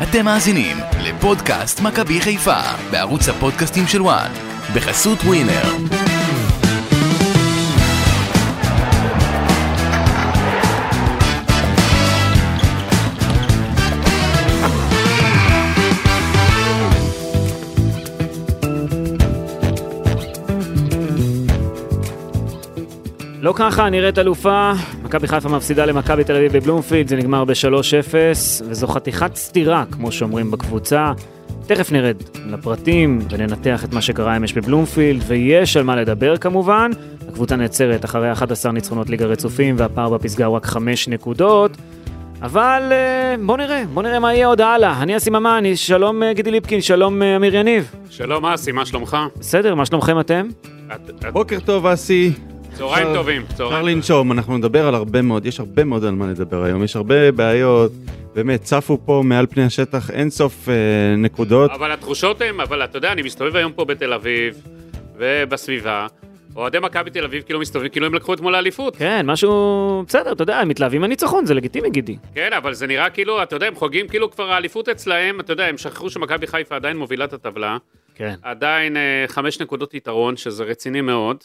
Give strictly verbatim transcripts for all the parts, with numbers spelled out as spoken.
אתם מאזינים לפודקאסט מכבי חיפה בערוץ הפודקאסטים של וואן בחסות ווינר. לא ככה נראית אלופה, מכבי חיפה מפסידה למכבי תל אביב בבלומפילד, זה נגמר ב-שלוש אפס, וזו חתיכת סתירה, כמו שאומרים בקבוצה. תכף נרד לפרטים וננתח את מה שקרה אמש בבלומפילד, ויש על מה לדבר כמובן. הקבוצה נעצרת אחרי אחת עשרה ניצחונות ליגה רצופים, והפער בפסגה הוא רק חמש נקודות. אבל בוא נראה, בוא נראה מה יהיה עוד הלאה. אני אסי ממן, שלום גידי ליפקין, שלום אמיר יניב. שלום אסי, מה שלומך? בסדר, מה שלומכם אתם? בוקר טוב אסי. צהריים טובים. אפשר לנשום, אנחנו נדבר על הרבה מאוד, יש הרבה מאוד על מה לדבר היום, יש הרבה בעיות, באמת, צפו פה מעל פני השטח אין סוף אה, נקודות. אבל התחושות הן, אבל אתה יודע, אני מסתובב היום פה בתל אביב ובסביבה, אוהדי מכבי תל אביב כאילו מסתובבים, כאילו הם לקחו אתמול לאליפות. כן, משהו, בסדר, אתה יודע, הם מתלהבים הניצחון, זה לגיטימי גידי. כן, אבל זה נראה כאילו, אתה יודע, הם חוגגים כאילו כבר האליפות אצלהם, אתה יודע, הם שכחו שמכבי חיפה עדיין מובילה את הטבלה. כן. עדיין אה, חמש נקודות יתרון, שזה רציני מאוד.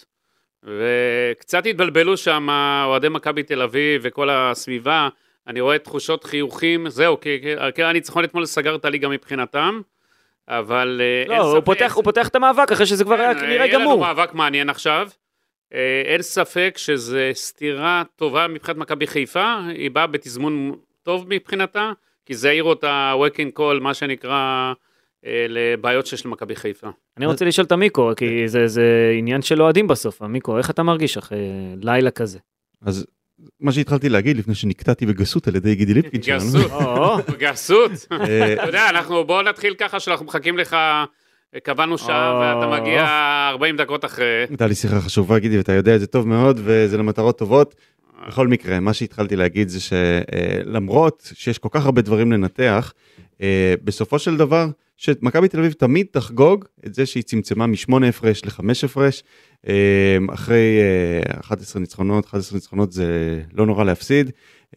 וקצת התבלבלו שם אוהדי מכבי תל אביב וכל הסביבה, אני רואה תחושות חיוכים, זהו, כי הניצחון אתמול סגר את הליגה מבחינתם, אבל לא, הוא פותח, הוא פותח את המאבק אחרי שזה כבר היה נראה גמור. יהיה לנו מאבק מעניין עכשיו, אין ספק שזה סתירה טובה מבחינת מכבי חיפה, היא באה בתזמון טוב מבחינתה, כי זה העיר אותה ווקינג קול, מה שנקרא לבעיות שיש למכבי חיפה. אני רוצה לשאול את המיקו, כי זה, זה עניין של אוהדים בסוף. המיקו, איך אתה מרגיש אחרי לילה כזה? אז מה שהתחלתי להגיד לפני שנקטעתי בגסות על ידי גידי ליפקין שלנו. גסות, גסות. אתה יודע, אנחנו בואו נתחיל ככה שאנחנו מחכים לך, קבענו שעה ואתה מגיע ארבעים דקות אחרי. הייתה לי שיחה חשובה גידי ואתה יודע את זה טוב מאוד וזה למטרות טובות. בכל מקרה, מה שהתחלתי להגיד זה שלמרות שיש כל כך הרבה דברים לנתח, בסופו של דבר, שמכבי תל אביב תמיד תחגוג את זה שהיא צמצמה משמונה הפרש לחמש הפרש, אחרי אחת עשרה ניצחונות, אחת עשרה ניצחונות זה לא נורא להפסיד,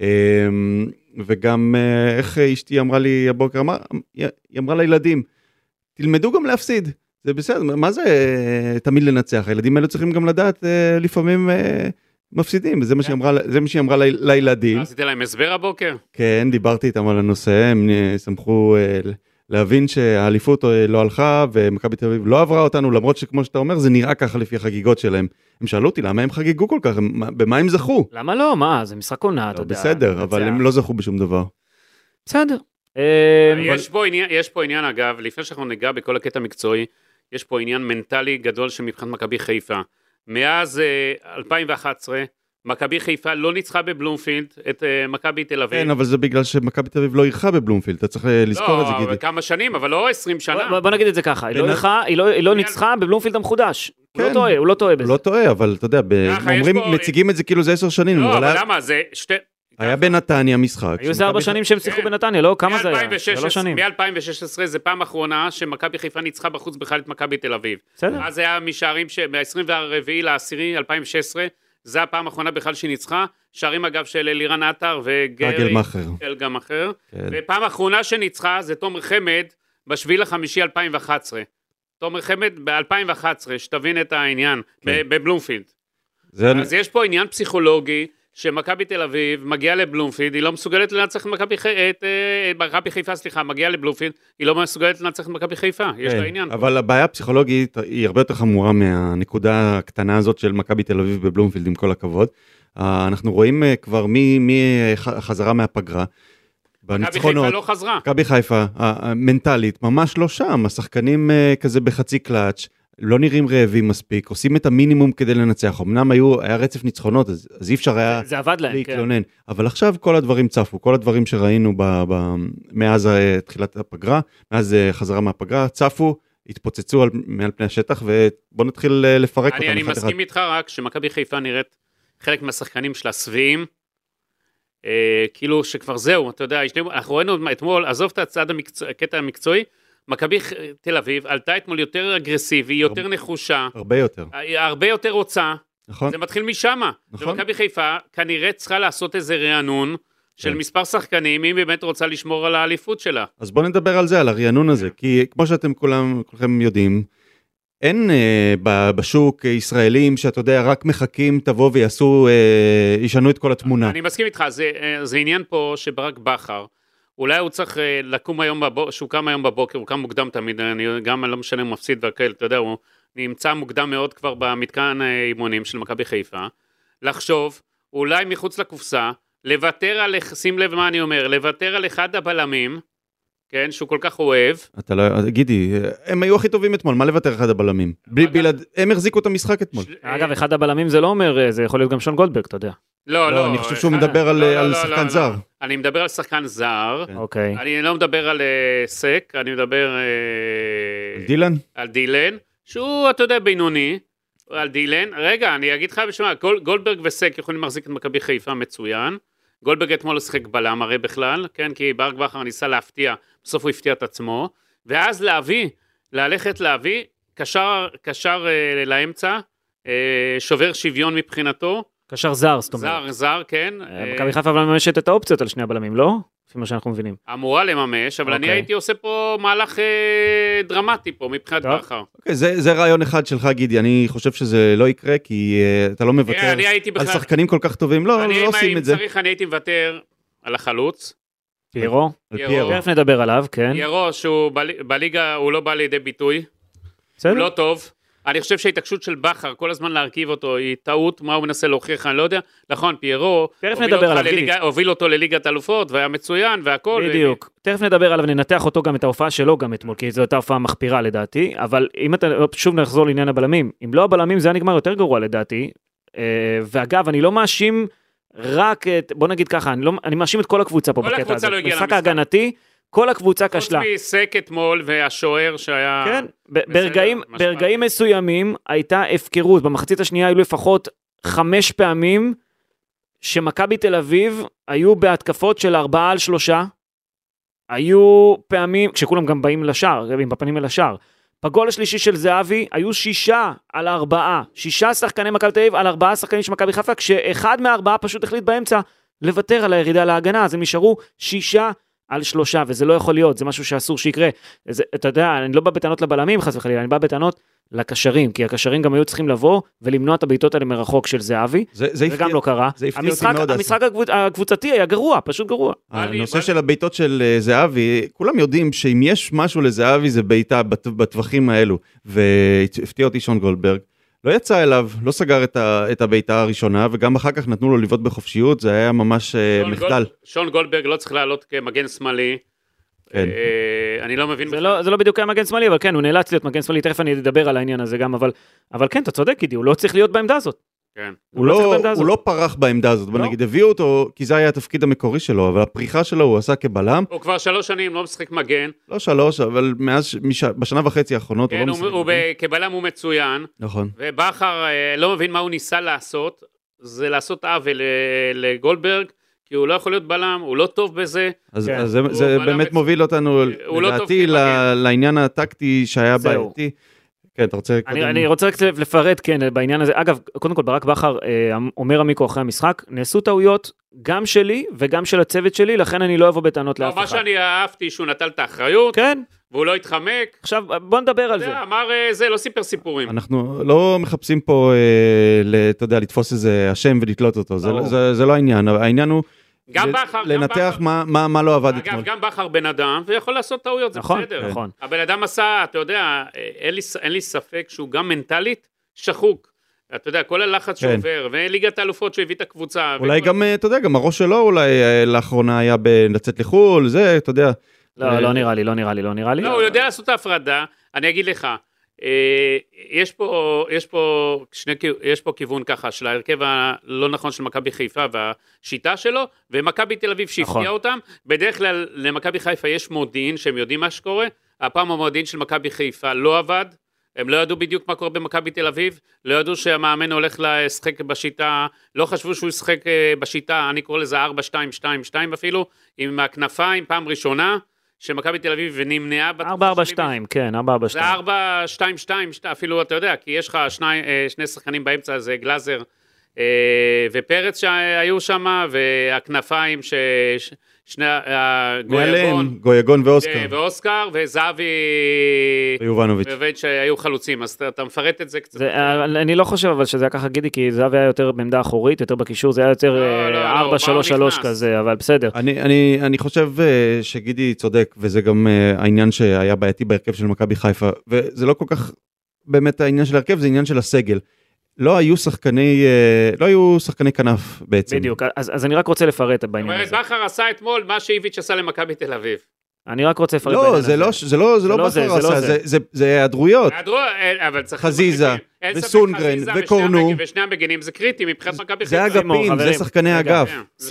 וגם איך אשתי אמרה לי הבוקר, היא אמרה לילדים, תלמדו גם להפסיד, זה בסדר, מה זה תמיד לנצח? הילדים האלה צריכים גם לדעת לפעמים מפסידים, זה מה שהיא אמרה, זה מה שהיא אמרה לילדים. עשיתי להם הסבר הבוקר? כן, דיברתי איתם על הנושא, הם שמחו להבין שהאליפות לא הלכה, ומכבי תל אביב לא עברה אותנו, למרות שכמו שאתה אומר, זה נראה ככה לפי החגיגות שלהם. הם שאלו אותי, למה הם חגיגו כל כך? במה הם זכו? למה לא? מה? זה משחק עונה, אתה יודע. בסדר, אבל הם לא זכו בשום דבר. בסדר. יש פה עניין, אגב, לפני שאנחנו ניגע בכל הקטע המקצועי, יש פה עניין מנטלי גדול שמבחינת מכבי חיפה. מאז אלפיים ואחת עשרה, מכבי חיפה לא ניצחה בבלומפילד את מכבי תל אביב. כן, אבל זה בגלל שמכבי תל אביב לא אירחה בבלומפילד, אתה צריך לזכור את זה, גידי. לא, כמה שנים, אבל לא עשרים שנה. בוא נגיד את זה ככה, היא לא ניצחה בבלומפילד המחודש. הוא לא טועה, הוא לא טועה בזה. הוא לא טועה, אבל אתה יודע, מציגים את זה כאילו זה עשר שנים. לא, אבל למה? זה שתי... היה בנתניה משחק. היו זה ארבע שנים שהם שיחקו בנתניה, לא? כמה זה היה? שלוש שנים. מ-אלפיים ושש עשרה זה פעם אחרונה שמכבי חיפה ניצחה בחוץ בכלל את מכבי תל אביב. בסדר. אז היה משערים ב-עשרים וארבעה לעשירי אלפיים ושש עשרה, זה הפעם האחרונה בכלל שהיא ניצחה, שערים אגב של לירן עטר וגרי גלגמחר. ופעם האחרונה שניצחה זה תומר חמד בשביל החמישי אלפיים ואחת עשרה. תומר חמד ב-אלפיים ואחת עשרה, שתבין את העניין, בבלומפילד. אז יש פה עניין פסיכולוגי, שמכבי תל אביב מגיעה לבלומפילד, היא לא מסוגלת לנצח את מכבי חיפה, סליחה, מגיעה לבלומפילד, היא לא מסוגלת לנצח את מכבי חיפה, יש לה עניין. אבל הבעיה הפסיכולוגית היא הרבה יותר חמורה מהנקודה הקטנה הזאת של מכבי תל אביב בבלומפילד, עם כל הכבוד. אנחנו רואים כבר מחזרה מהפגרה, מכבי חיפה לא חזרה. מכבי חיפה, המנטלית, ממש לא שם, השחקנים כזה בחצי קלאץ', לא נראים רעבים מספיק, עושים את המינימום כדי לנצח, אמנם היו, היה רצף ניצחונות, אז, אז אי אפשר היה זה עבד להם, להתלונן, כן. אבל עכשיו כל הדברים צפו, כל הדברים שראינו ב, ב, מאז תחילת הפגרה, מאז חזרה מהפגרה, צפו, התפוצצו על, מעל פני השטח, ובוא נתחיל לפרק אני, אותם. אני מסכים אחד. איתך רק שמכבי חיפה נראית חלק מהשחקנים של הסביעים, אה, כאילו שכבר זהו, אתה יודע, אנחנו ראינו אתמול, עזוב את הצד המקצוע, הקטע המקצועי, מכבי תל אביב עלתה אתמול יותר אגרסיבי, יותר נחושה. הרבה יותר. הרבה יותר רוצה. נכון. זה מתחיל משם. נכון. ומכבי חיפה כנראה צריכה לעשות איזה רענון, של מספר שחקנים, אם באמת רוצה לשמור על האליפות שלה. אז בואו נדבר על זה, על הרענון הזה, כי כמו שאתם כולם, כולכם יודעים, אין אה, בשוק ישראלים שאתה יודע, רק מחכים, תבוא ויעשו, אה, ישנו את כל התמונה. אני מסכים איתך, זה, זה עניין פה שברק בכר, אולי הוא צריך אה, לקום היום בבוקר, שהוא קם היום בבוקר, הוא קם מוקדם תמיד, אני גם לא משנה, הוא מפסיד והכל, אתה יודע, הוא נמצא מוקדם מאוד כבר במתקן האימונים של מכבי חיפה, לחשוב, אולי מחוץ לקופסה, לוותר על, שים לב מה אני אומר, לוותר על אחד הבלמים, כן, שהוא כל כך אוהב. אתה לא, גידי, הם היו הכי טובים אתמול, מה לוותר אחד הבלמים? בלעד, הם החזיקו את המשחק אתמול. אגב, אחד הבלמים זה לא אומר, זה יכול להיות גם שון גולדברג, אתה יודע. לא, לא. אני חושב שהוא מדבר על שחקן זר. אני מדבר על שחקן זר. אוקיי. אני לא מדבר על סק, אני מדבר... על דילן? על דילן, שהוא, אתה יודע, בינוני. על דילן. רגע, אני אגיד לך בשמה, גולדברג וסק יכולים להחזיק את מכבי חיפה מצוין. גולדברג אתמול לשחק בלם הרי בכלל, כן, כי ברק בכר ניסה להפתיע, בסוף הוא הפתיע את עצמו, ואז להביא, ללכת להביא, קשר, קשר אה, לאמצע, אה, שובר שוויון מבחינתו. קשר זר, זאת אומרת. זר, זר, כן. אה, מכבי חיפה אבל מממשת את האופציות על שני הבלמים, לא? לפי מה שאנחנו מבינים. אמורה לממש, אבל אני הייתי עושה פה מהלך אה, דרמטי פה, מבחינת בכר. אוקיי, זה, זה רעיון אחד שלך, גידי, אני חושב שזה לא יקרה, כי uh, אתה לא מוותר על שחקנים כל כך טובים, לא, לא עושים את זה. צריך, אני הייתי מוותר על החלוץ. פיירו? פיירו. תכף נדבר עליו, כן. פיירו, שהוא בליגה, הוא לא בא לידי ביטוי. הוא לא טוב. אני חושב שההתעקשות של בכר, כל הזמן להרכיב אותו, היא טעות, מה הוא מנסה להוכיח, אני לא יודע. נכון, פיירו, הוביל אותו לליגת אלופות, והיה מצוין, והכל. בדיוק. תכף נדבר עליו, ננתח אותו גם את ההופעה שלו גם אתמול, כי זו הייתה הופעה מחפירה לדעתי, אבל אם אתה שוב נחזור לעניין הבלמים, אם לא הבלמים זה היה נגמר יותר גרוע לדעתי, ואגב, אני לא מאשים רק את, בוא נגיד ככה, אני, לא, אני מאשים את כל הקבוצה פה בקטע הזה. משחק ההגנתי, כל הקבוצה כשלה. חוץ מסק אתמול והשוער שהיה... כן, ברגעים, ברגעים מסוימים הייתה הפקרות. במחצית השנייה היו לפחות חמש פעמים שמכבי תל אביב היו בהתקפות של ארבעה על שלושה. היו פעמים, כשכולם גם באים לשער, עם בפנים אל השער. בגול השלישי של זהבי היו שישה על ארבעה. שישה שחקני מכבי תל אביב על ארבעה שחקנים של מכבי חיפה, כשאחד מהארבעה פשוט החליט באמצע לוותר על הירידה להגנה. אז הם נשארו שישה על שלושה, וזה לא יכול להיות, זה משהו שאסור שיקרה. זה, אתה יודע, אני לא בא בטענות לבלמים חס וחלילה, אני בא בטענות לקשרים, כי הקשרים גם היו צריכים לבוא ולמנוע את הבעיטות האלה מרחוק של זהבי, זה, זה, זה הפתיע, גם לא קרה. זה המשחק, המשחק הקבוצ, הקבוצתי היה גרוע, פשוט גרוע. הנושא של הבעיטות של זהבי, כולם יודעים שאם יש משהו לזהבי זה בעיטה בטווחים האלו, והפתיע אותי שון גולדברג, לא יצא אליו, לא סגר את, ה, את הביתה הראשונה, וגם אחר כך נתנו לו לבעוט בחופשיות, זה היה ממש מחדל. גול, שון גולדברג לא צריך לעלות כמגן שמאלי, כן. אה, אני לא מבין. זה לא, זה לא בדיוק היה מגן שמאלי, אבל כן, הוא נאלץ להיות מגן שמאלי, תכף אני אדבר על העניין הזה גם, אבל, אבל כן, אתה צודק, גידי, הוא לא צריך להיות בעמדה הזאת. כן. הוא, הוא, לא, הוא לא פרח בעמדה הזאת, בוא לא. נגיד, הביאו אותו, כי זה היה התפקיד המקורי שלו, אבל הפריחה שלו הוא עשה כבלם. הוא כבר שלוש שנים לא משחק מגן. לא שלוש, אבל מאז, מש... בשנה וחצי האחרונות כן, הוא לא הוא, משחק הוא מגן. כבלם הוא מצוין. נכון. ובכר לא מבין מה הוא ניסה לעשות, זה לעשות עוול לגולדברג, כי הוא לא יכול להיות בלם, הוא לא טוב בזה. אז, כן. אז זה, זה באמת מצ... מוביל אותנו, לדעתי, לא לעניין הטקטי שהיה בעייתי. כן, אתה רוצה... אני, אני רוצה רק לפרט, כן, בעניין הזה. אגב, קודם כל, ברק בכר אה, אומר המיקרו אחרי המשחק, נעשו טעויות גם שלי וגם של הצוות שלי, לכן אני לא אבוא בטענות לאף אחד. מה שאני אהבתי, שהוא נטל את האחריות, כן. והוא לא התחמק. עכשיו, בוא נדבר על זה. אמר זה, לא סיפר סיפורים. אנחנו לא מחפשים פה, אה, אתה יודע, לתפוס איזה השם ולתלות אותו. זה, זה, זה לא העניין. העניין הוא... גם בכר, לנתח מה, מה, מה לא עבד אתמול. אגב, גם בכר בן אדם, ויכול לעשות טעויות, זה בסדר. נכון. הבן אדם עשה, אתה יודע, אין לי, אין לי ספק שהוא גם מנטלית שחוק. אתה יודע, כל הלחץ שעובר, וליגת האלופות שהביא את הקבוצה. אולי גם, אתה יודע, גם הראש שלו אולי לאחרונה היה לצאת לחול, זה, אתה יודע. לא, לא נראה לי, לא נראה לי, לא נראה לי. לא, הוא יודע לעשות ההפרדה, אני אגיד לך, יש פה, יש פה, שני, יש פה כיוון ככה של ההרכב הלא נכון של מכבי חיפה והשיטה שלו, ומכבי תל אביב שהפתיע אותם. בדרך כלל למכבי חיפה יש מודיעין שהם יודעים מה שקורה, הפעם המודיעין של מכבי חיפה לא עבד, הם לא ידעו בדיוק מה קורה במכבי תל אביב, לא ידעו שהמאמן הולך לשחק בשיטה, לא חשבו שהוא ישחק בשיטה, אני קורא לזה ארבע שתיים שתיים שתיים אפילו, עם הכנפיים פעם ראשונה, שמכבי תל אביב נמנעה... ארבע ארבע שתיים, כן, ארבע ארבע שתיים. זה ארבע שתיים שתיים, אפילו אתה יודע, כי יש לך שני, שני שחקנים באמצע, זה גלאזר ופרץ שהיו שם, והכנפיים ששני גויגון, גויגון ואוסקר. ואוסקר, וזהבי ויובנוביץ'. שהיו חלוצים, אז אתה מפרט את זה קצת. אני לא חושב אבל שזה היה ככה גידי, כי זהבי היה יותר בעמדה אחורית, יותר בקישור, זה היה יותר ארבע שלוש שלוש כזה, אבל בסדר. אני חושב שגידי צודק, וזה גם העניין שהיה בעייתי בהרכב של מכבי חיפה, וזה לא כל כך באמת העניין של הרכב, זה העניין של הסגל. לא היו שחקני, לא היו שחקני כנף בעצם. בדיוק, אז, אז אני רק רוצה לפרט בעניין הזה. בכר עשה אתמול מה שאיביץ' עשה למכבי תל אביב. אני רק רוצה לפרט בעניין הזה. לא, זה לא, זה לא בכר עשה, זה היעדרויות. חזיזה, וסונגרן, וקורנו. ושני המגנים זה קריטי מבחינת מכבי חיפה. זה אגפים, זה שחקני אגף.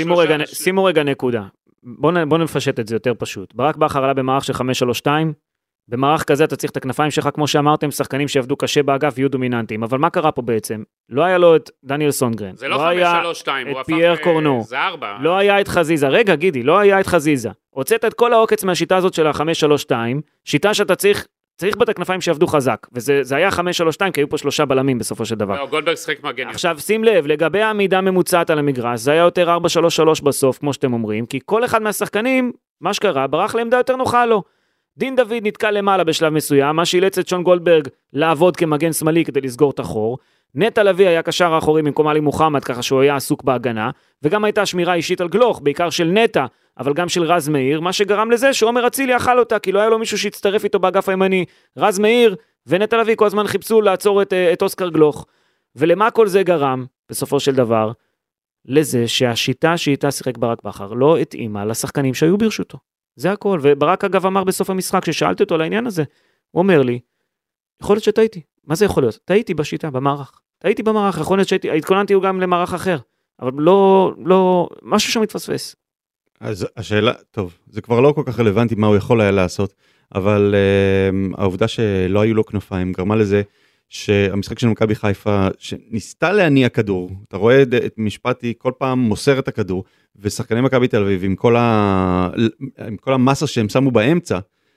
שימו רגע נקודה. בואו נפשט את זה יותר פשוט. ברק בכר עלה במערך של חמש שלוש שתיים, במערך כזה אתה צריך את הכנפיים שלך, כמו שאמרתם, שחקנים שעבדו קשה באגף ויהיו דומיננטיים, אבל מה קרה פה בעצם? לא היה לו את דניאל סונגרן, זה לא חמש שלוש שתיים, הוא הפך, זה ארבע. לא היה את חזיזה, רגע גידי, לא היה את חזיזה, הוצאת את כל העוקץ מהשיטה הזאת של ה-חמש שלוש שתיים, שיטה שאתה צריך, צריך בת הכנפיים שעבדו חזק, וזה היה חמש שלוש שתיים, כי היו פה שלושה בלמים בסופו של דבר. לא, גולדברג שחק מגן. עכשיו שים לב, לגבי העמידה ממוצעת על המגרש, זה היה יותר ארבע שלוש שלוש בסוף, כמו שאתם אומרים, כי כל אחד מהשחקנים, מה שקרה, ברח לעמדה יותר נוחה לו. דין דוד נתקע למעלה בשלב מסוים, מה שאילץ את שון גולדברג לעבוד כמגן שמאלי כדי לסגור את החור. נטע לביא היה קשר האחורי במקום עלי מוחמד, ככה שהוא היה עסוק בהגנה, וגם הייתה שמירה אישית על גלוך, בעיקר של נטע, אבל גם של רז מאיר, מה שגרם לזה שעומר אצילי אכל אותה, כי לא היה לו מישהו שהצטרף איתו באגף הימני. רז מאיר ונטע לביא כל הזמן חיפשו לעצור את, את אוסקר גלוך. ולמה כל זה גרם, בסופו של דבר, לזה שהשיטה שאיתה שיחק ברק בכר לא התאימה לשחקנים שהיו ברשותו. זה הכל, וברק אגב אמר בסוף המשחק, ששאלתי אותו על העניין הזה, הוא אומר לי, יכול להיות שטעיתי, מה זה יכול להיות? טעיתי בשיטה, במערך, טעיתי במערך, יכול להיות שהייתי, התכוננתי גם למערך אחר, אבל לא, לא, משהו שם מתפספס. אז השאלה, טוב, זה כבר לא כל כך רלוונטי מה הוא יכול היה לעשות, אבל uh, העובדה שלא היו לו כנפיים, גרמה לזה, שהמשחק של מכבי חיפה, שניסתה להניע כדור, אתה רואה את משפטי כל פעם מוסר את הכדור, ושחקני מכבי תל אביב, עם כל, ה... עם כל המסה שהם שמו באמצע,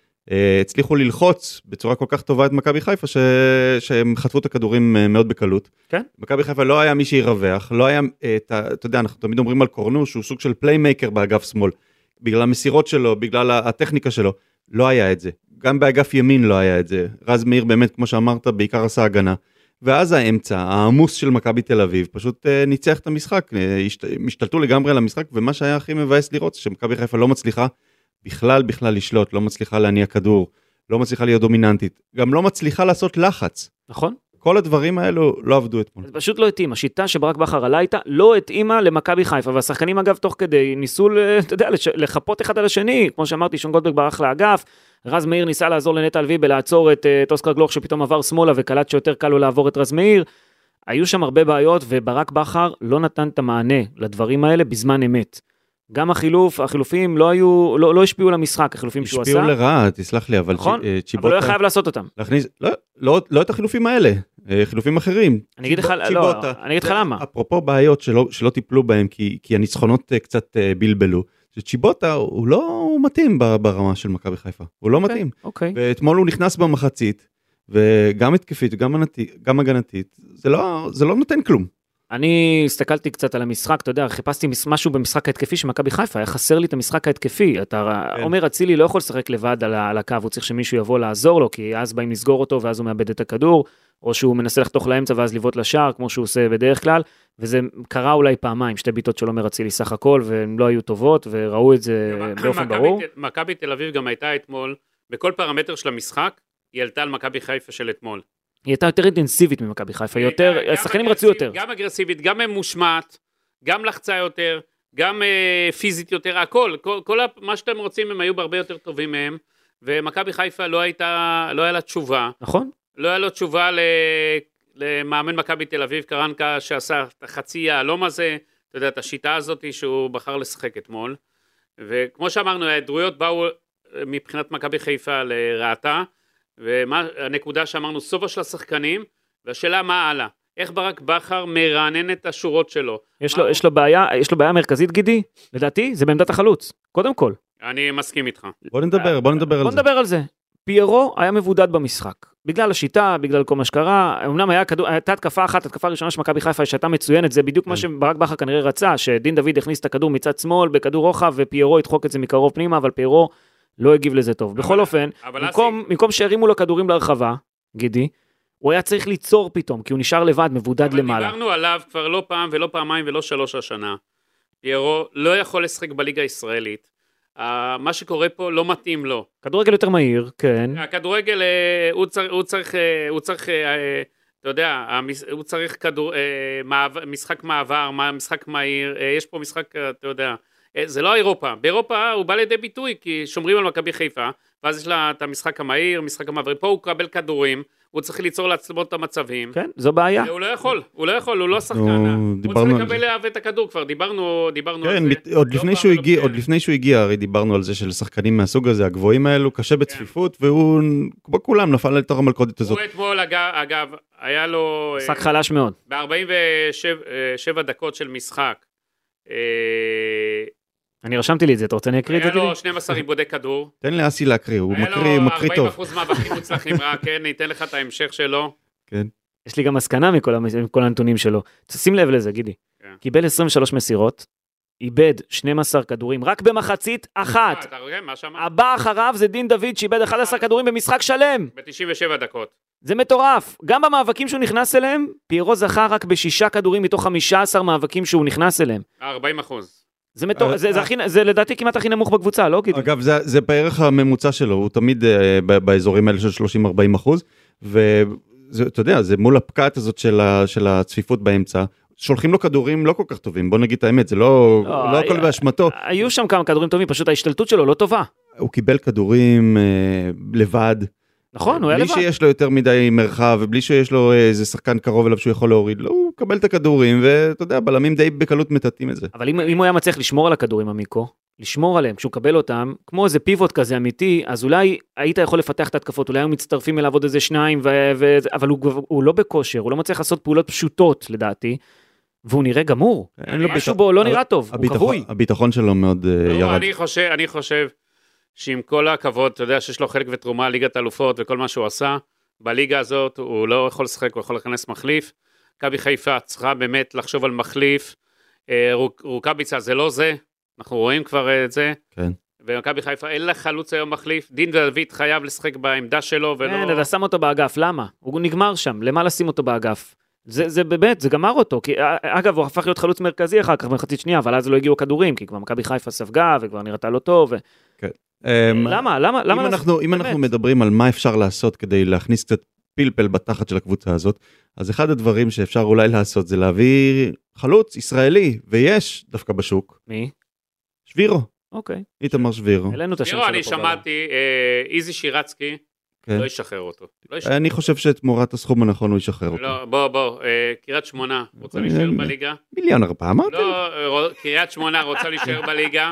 הצליחו ללחוץ בצורה כל כך טובה את מכבי חיפה, ש... שהם חטפו את הכדורים מאוד בקלות. כן? מכבי חיפה לא היה מי שירווח, לא היה, אתה, אתה יודע, אנחנו תמיד אומרים על קורנו, שהוא סוג של פליימייקר באגף שמאל, בגלל המסירות שלו, בגלל הטכניקה שלו, לא היה את זה. גם באגף ימין לא היה את זה. רז מאיר באמת, כמו שאמרת, בעיקר עשה הגנה. ואז האמצע, העמוס של מכבי תל אביב, פשוט uh, ניצח את המשחק, משתלטו לגמרי על המשחק, ומה שהיה הכי מבאס לראות, שמכבי חיפה לא מצליחה בכלל בכלל לשלוט, לא מצליחה להניע כדור, לא מצליחה להיות דומיננטית, גם לא מצליחה לעשות לחץ. נכון. כל הדברים האלו לא עבדו אתמול. זה פשוט לא התאים, השיטה שברק בכר עלה איתה, לא התאימה למכבי חיפה, והשחקנים אגב תוך כדי ניסו, אתה יודע, לחפות אחד על השני, כמו שאמרתי, שון גולדברג ברח לאגף, רז מאיר ניסה לעזור לנטע לביא בלעצור את, את אוסקר גלוך שפתאום עבר שמאלה וקלט שיותר קל לו לעבור את רז מאיר. היו שם הרבה בעיות וברק בכר לא נתן את המענה לדברים האלה בזמן אמת. גם החילוף, החילופים לא היו, לא, לא השפיעו למשחק, החילופים שהוא עשה. השפיעו לרעה, תסלח לי, אבל נכון, אבל לא חייב לעשות אותם. להכניס, לא, לא, לא את החילופים האלה, חילופים אחרים. אני אגיד לך, לא, אני אגיד לך למה. אפרופו בעיות שלא, שלא טיפלו בהם, כי, כי הניצחונות קצת בלבלו. שצ'יבוטה הוא לא מתאים ברמה של מכבי חיפה, הוא לא מתאים. אוקיי. ואתמול הוא נכנס במחצית, וגם התקפית וגם הגנתית, זה לא, זה לא נותן כלום. אני הסתכלתי קצת על המשחק, אתה יודע, חיפשתי משהו במשחק ההתקפי של מכבי חיפה, היה חסר לי את המשחק ההתקפי, אתה אומר, אצילי לא יכול לשחק לבד על הקו, הוא צריך שמישהו יבוא לעזור לו, כי אז באים לסגור אותו, ואז הוא מאבד את הכדור, או שהוא מנסה לחתוך לאמצע, ואז לבעוט לשער, כמו שהוא עושה בדרך כלל, וזה קרה אולי פעמיים, שתי ביטות של עומר אצילי סך הכל, והן לא היו טובות, וראו את זה באופן ברור. מכבי תל אביב גם הייתה אתמול, בכל פרמטר של המשחק, היא עלתה על מכבי חיפה של אתמול. היא הייתה יותר אינטנסיבית ממכבי חיפה, יותר, השחקנים רצו יותר. גם אגרסיבית, גם ממושמעת, גם לחצה יותר, גם אה, פיזית יותר, הכל, כל, כל מה שאתם רוצים הם היו בהרבה יותר טובים מהם, ומכבי חיפה לא הייתה, לא היה לה תשובה. נכון. לא היה לו תשובה למאמן מכבי תל אביב, קרנקה, שעשה את החצי העלום הזה, אתה יודע, את השיטה הזאת שהוא בחר לשחק אתמול, וכמו שאמרנו, ההיעדרויות באו מבחינת מכבי חיפה לרעתה, והנקודה שאמרנו, סופה של השחקנים, והשאלה מה הלאה, איך ברק בכר מרענן את השורות שלו. יש לו, יש לו בעיה, יש לו בעיה מרכזית גידי, לדעתי, זה בעמדת החלוץ, קודם כל. אני מסכים איתך. בוא נדבר, בוא נדבר על זה. בוא נדבר על זה. פיירו היה מבודד במשחק. בגלל השיטה, בגלל כל מה שקרה, אמנם היה כדור, הייתה התקפה אחת, התקפה ראשונה של מכבי חיפה, שהייתה מצוינת, זה בדיוק מה שברק בכר כנראה רצה, שדין דוד הכניס את הכדור מצד שמאל, בכדור רוחב, ופיירו ידחוק את זה מקרוב פנימה, אבל פיירו לא הגיב לזה טוב. בכל אופן, במקום שהרימו לו כדורים להרחבה, גידי, הוא היה צריך ליצור פתאום, כי הוא נשאר לבד, מבודד למעלה. דיברנו עליו כבר לא פעם ולא פעמיים ולא שלוש השנה. פיירו לא יכול לשחק בליגה הישראלית. מה שקורה פה לא מתאים לו. כדורגל יותר מהיר, כן. הכדורגל, הוא צריך, הוא צריך, הוא צריך, אתה יודע, הוא צריך כדור, משחק מעבר, משחק מהיר, יש פה משחק, אתה יודע, זה לא אירופה. באירופה הוא בא לידי ביטוי, כי שומרים על מכבי חיפה, ואז יש לה את המשחק המהיר, משחק המעבר, פה הוא קבל כדורים, הוא צריך ליצור לעצמו את המצבים. כן, זו בעיה. הוא לא יכול, הוא לא יכול, הוא לא שחקן. הוא צריך לקבל להב את הכדור, כבר דיברנו, דיברנו על זה. עוד לפני שהוא הגיע, עוד לפני שהוא הגיע, הרי דיברנו על זה של שחקנים מהסוג הזה, הגבוהים האלו, קשה בצפיפות, והוא, כמו כולם, נפל לתוך המלכודת הזאת. הוא אתמול, אגב, היה לו... משחק חלש מאוד. ב-ארבעים ושבע דקות של משחק. אני רשמתי לי את זה, אתה רוצה אני אקריא את זה? היה לו שנים עשר עיבודי כדור. תן לאסי להקריא, הוא מקריא, הוא מקריא טוב. היה לו ארבעים אחוז מאבקים מוצלחים רק, כן, ניתן לך את ההמשך שלו. כן. יש לי גם מסקנה מכל הנתונים שלו. שים לב לזה, גידי. קיבל עשרים ושלוש מסירות, איבד שנים עשר כדורים, רק במחצית אחת. הבא אחריו זה דין דוד, שאיבד אחד עשר כדורים במשחק שלם. ב-תשעים ושבע דקות. זה מטורף. גם במאבקים שהוא נכנס אליהם, פיירו זכה רק בשישה כדורים מתוך חמישה עשר מאבקים שהוא נכנס אליהם. ארבעים אחוז. זה מטורף, זה, זה, הכי, זה לדעתי כמעט הכי נמוך בקבוצה, לא גידי? אגב, זה, זה בערך הממוצע שלו, הוא תמיד uh, באזורים האלה של שלושים ארבעים אחוז, ואתה יודע, זה מול הפקעת הזאת של, ה, של הצפיפות באמצע, שולחים לו כדורים לא כל כך טובים, בוא נגיד את האמת, זה לא, לא, לא הכל באשמתו. היו שם כמה כדורים טובים, פשוט ההשתלטות שלו לא טובה. הוא קיבל כדורים uh, לבד. נכון, הוא היה לבד. בלי שיש לו יותר מדי מרחב, ובלי שיש לו איזה שחקן קרוב אליו שהוא יכול להוריד, לא, הוא קבל את הכדורים, ואתה יודע, בלמים די בקלות מטאטאים את זה. אבל אם, אם הוא היה מצליח לשמור על הכדורים, המיקו, לשמור עליהם, כשהוא קבל אותם, כמו איזה פיבוט כזה אמיתי, אז אולי היית יכול לפתח את התקפות, אולי הם מצטרפים אליו עוד איזה שניים, ו- ו- אבל הוא, הוא לא בכושר, הוא לא מצליח לעשות פעולות פשוטות, לדעתי, והוא נראה גמור. משהו בו לא נראה טוב, הוא כבוי. הביטחון שלו מאוד ירד. אני חושב, אני חושב שעם כל הכבוד, אתה יודע שיש לו חלק ותרומה, ליגת האלופות וכל מה שהוא עשה, בליגה הזאת הוא לא יכול לשחק, הוא יכול להיכנס מחליף. מכבי חיפה צריכה באמת לחשוב על מחליף. רוקאביצה זה לא זה, אנחנו רואים כבר את זה. כן. ומכבי חיפה אין לה חלוץ היום מחליף, דין דוד חייב לשחק בעמדה שלו ולא... כן, אתה שם אותו באגף, למה? הוא נגמר שם, למה לשים אותו באגף? זה, זה באמת, זה גמר אותו, כי אגב, הוא הפך להיות חלוץ מרכזי אחר כך במחצית שנייה, אבל אז לא הגיעו כדורים, כי כבר מכבי חיפה ספגה, וכבר נראתה לא טוב. ו... כן. למה? למה? אם למה אנחנו, אם אנחנו מדברים על מה אפשר לעשות כדי להכניס קצת פלפל בתחת של הקבוצה הזאת, אז אחד הדברים שאפשר אולי לעשות זה להביא חלוץ ישראלי, ויש דווקא בשוק. מי? שבירו. אוקיי. איתמר שבירו. שבירו, אני שמעתי, איזי שירצקי, לא ישחרר אותו. אני חושב שתמורת הסכום הנכון הוא ישחרר אותו. לא, בוא, בוא, קריית שמונה רוצה להישאר בליגה. מיליון ארבע, אמרתי? לא, קריית שמונה רוצה להישאר בליגה.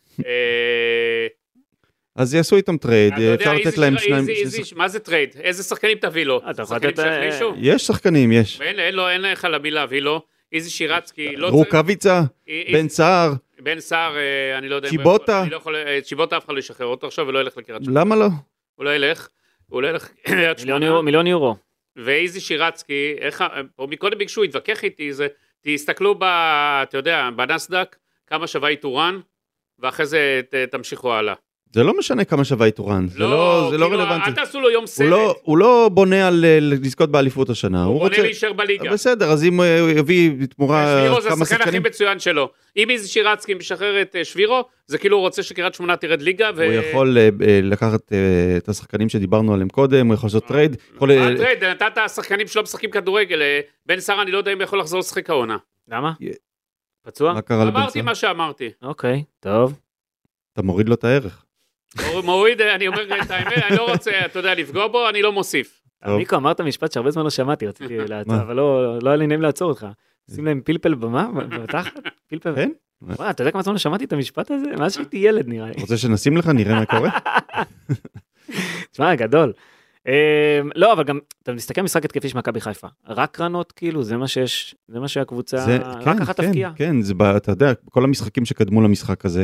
אז יעשו איתם טרייד, אפשר לתת להם שניים... מה זה טרייד? איזה שחקנים תביא לו? שחקנים שהחלישו? יש שחקנים, יש. אין לך למי להביא לו. איזי שירצקי... רוקאביצה, בן סער. בן סער, אני לא יודע... צ'יבוטה. צ'יבוטה אף אחד לא ישחרר אותו עכשיו ולא ילך לקריית שמונה. למה לא? הוא לא ילך. הוא לא ילך... מיליון יורו. ואיזי שירצקי, איך... מקודם ביקשו, התווכח איתי, זה... תסתכלו ב... אתה יודע, בנסדק, כמה שווה איתורן, ואחרי זה תמשיכו הלאה. זה לא משנה כמה שווה איתורן, זה לא, זה לא רלוונטי. אל תעשו לו יום סרט. הוא לא, הוא לא בונה על לזכות באליפות השנה. הוא בונה להישאר בליגה. בסדר, אז אם הוא יביא בתמורה שבירו זה השחקן הכי מצוין שלו. אם איזי שירצקי משחרר את שבירו, זה כאילו הוא רוצה שקריית שמונה תרד ליגה. הוא יכול לקחת את השחקנים שדיברנו עליהם קודם, הוא יכול לעשות טרייד. מה טרייד? נתת השחקנים שלא משחקים כדורגל. בן סער אני לא יודע אם יכול לחזור לשחק העונה. למה? פצוע? אמרתי מה שאמרתי. אוקיי, טוב. אתה מוריד לו את הערך. מוריד, אני אומר את האמת, אני לא רוצה, אתה יודע, לפגוע בו, אני לא מוסיף. מיקו, אמרת משפט שהרבה זמן לא שמעתי, רציתי לעצור, אבל לא היה לי נעים לעצור אותך. שים להם פלפל במה? בתחת? פלפל? כן? וואי, אתה יודע כמה זמן לא שמעתי את המשפט הזה? מאז שהייתי ילד נראה לי. רוצה שנשים לך, נראה מה קורה? תשמע, גדול. לא, אבל גם, אתה מסתכל משחק התקפי של מכבי חיפה. רק קרנות, כאילו, זה מה שיש, זה מה שהקבוצה, רק אחת תפקיע. כן, כן, אתה יודע, כל המשחקים שקדמו למשחק הזה,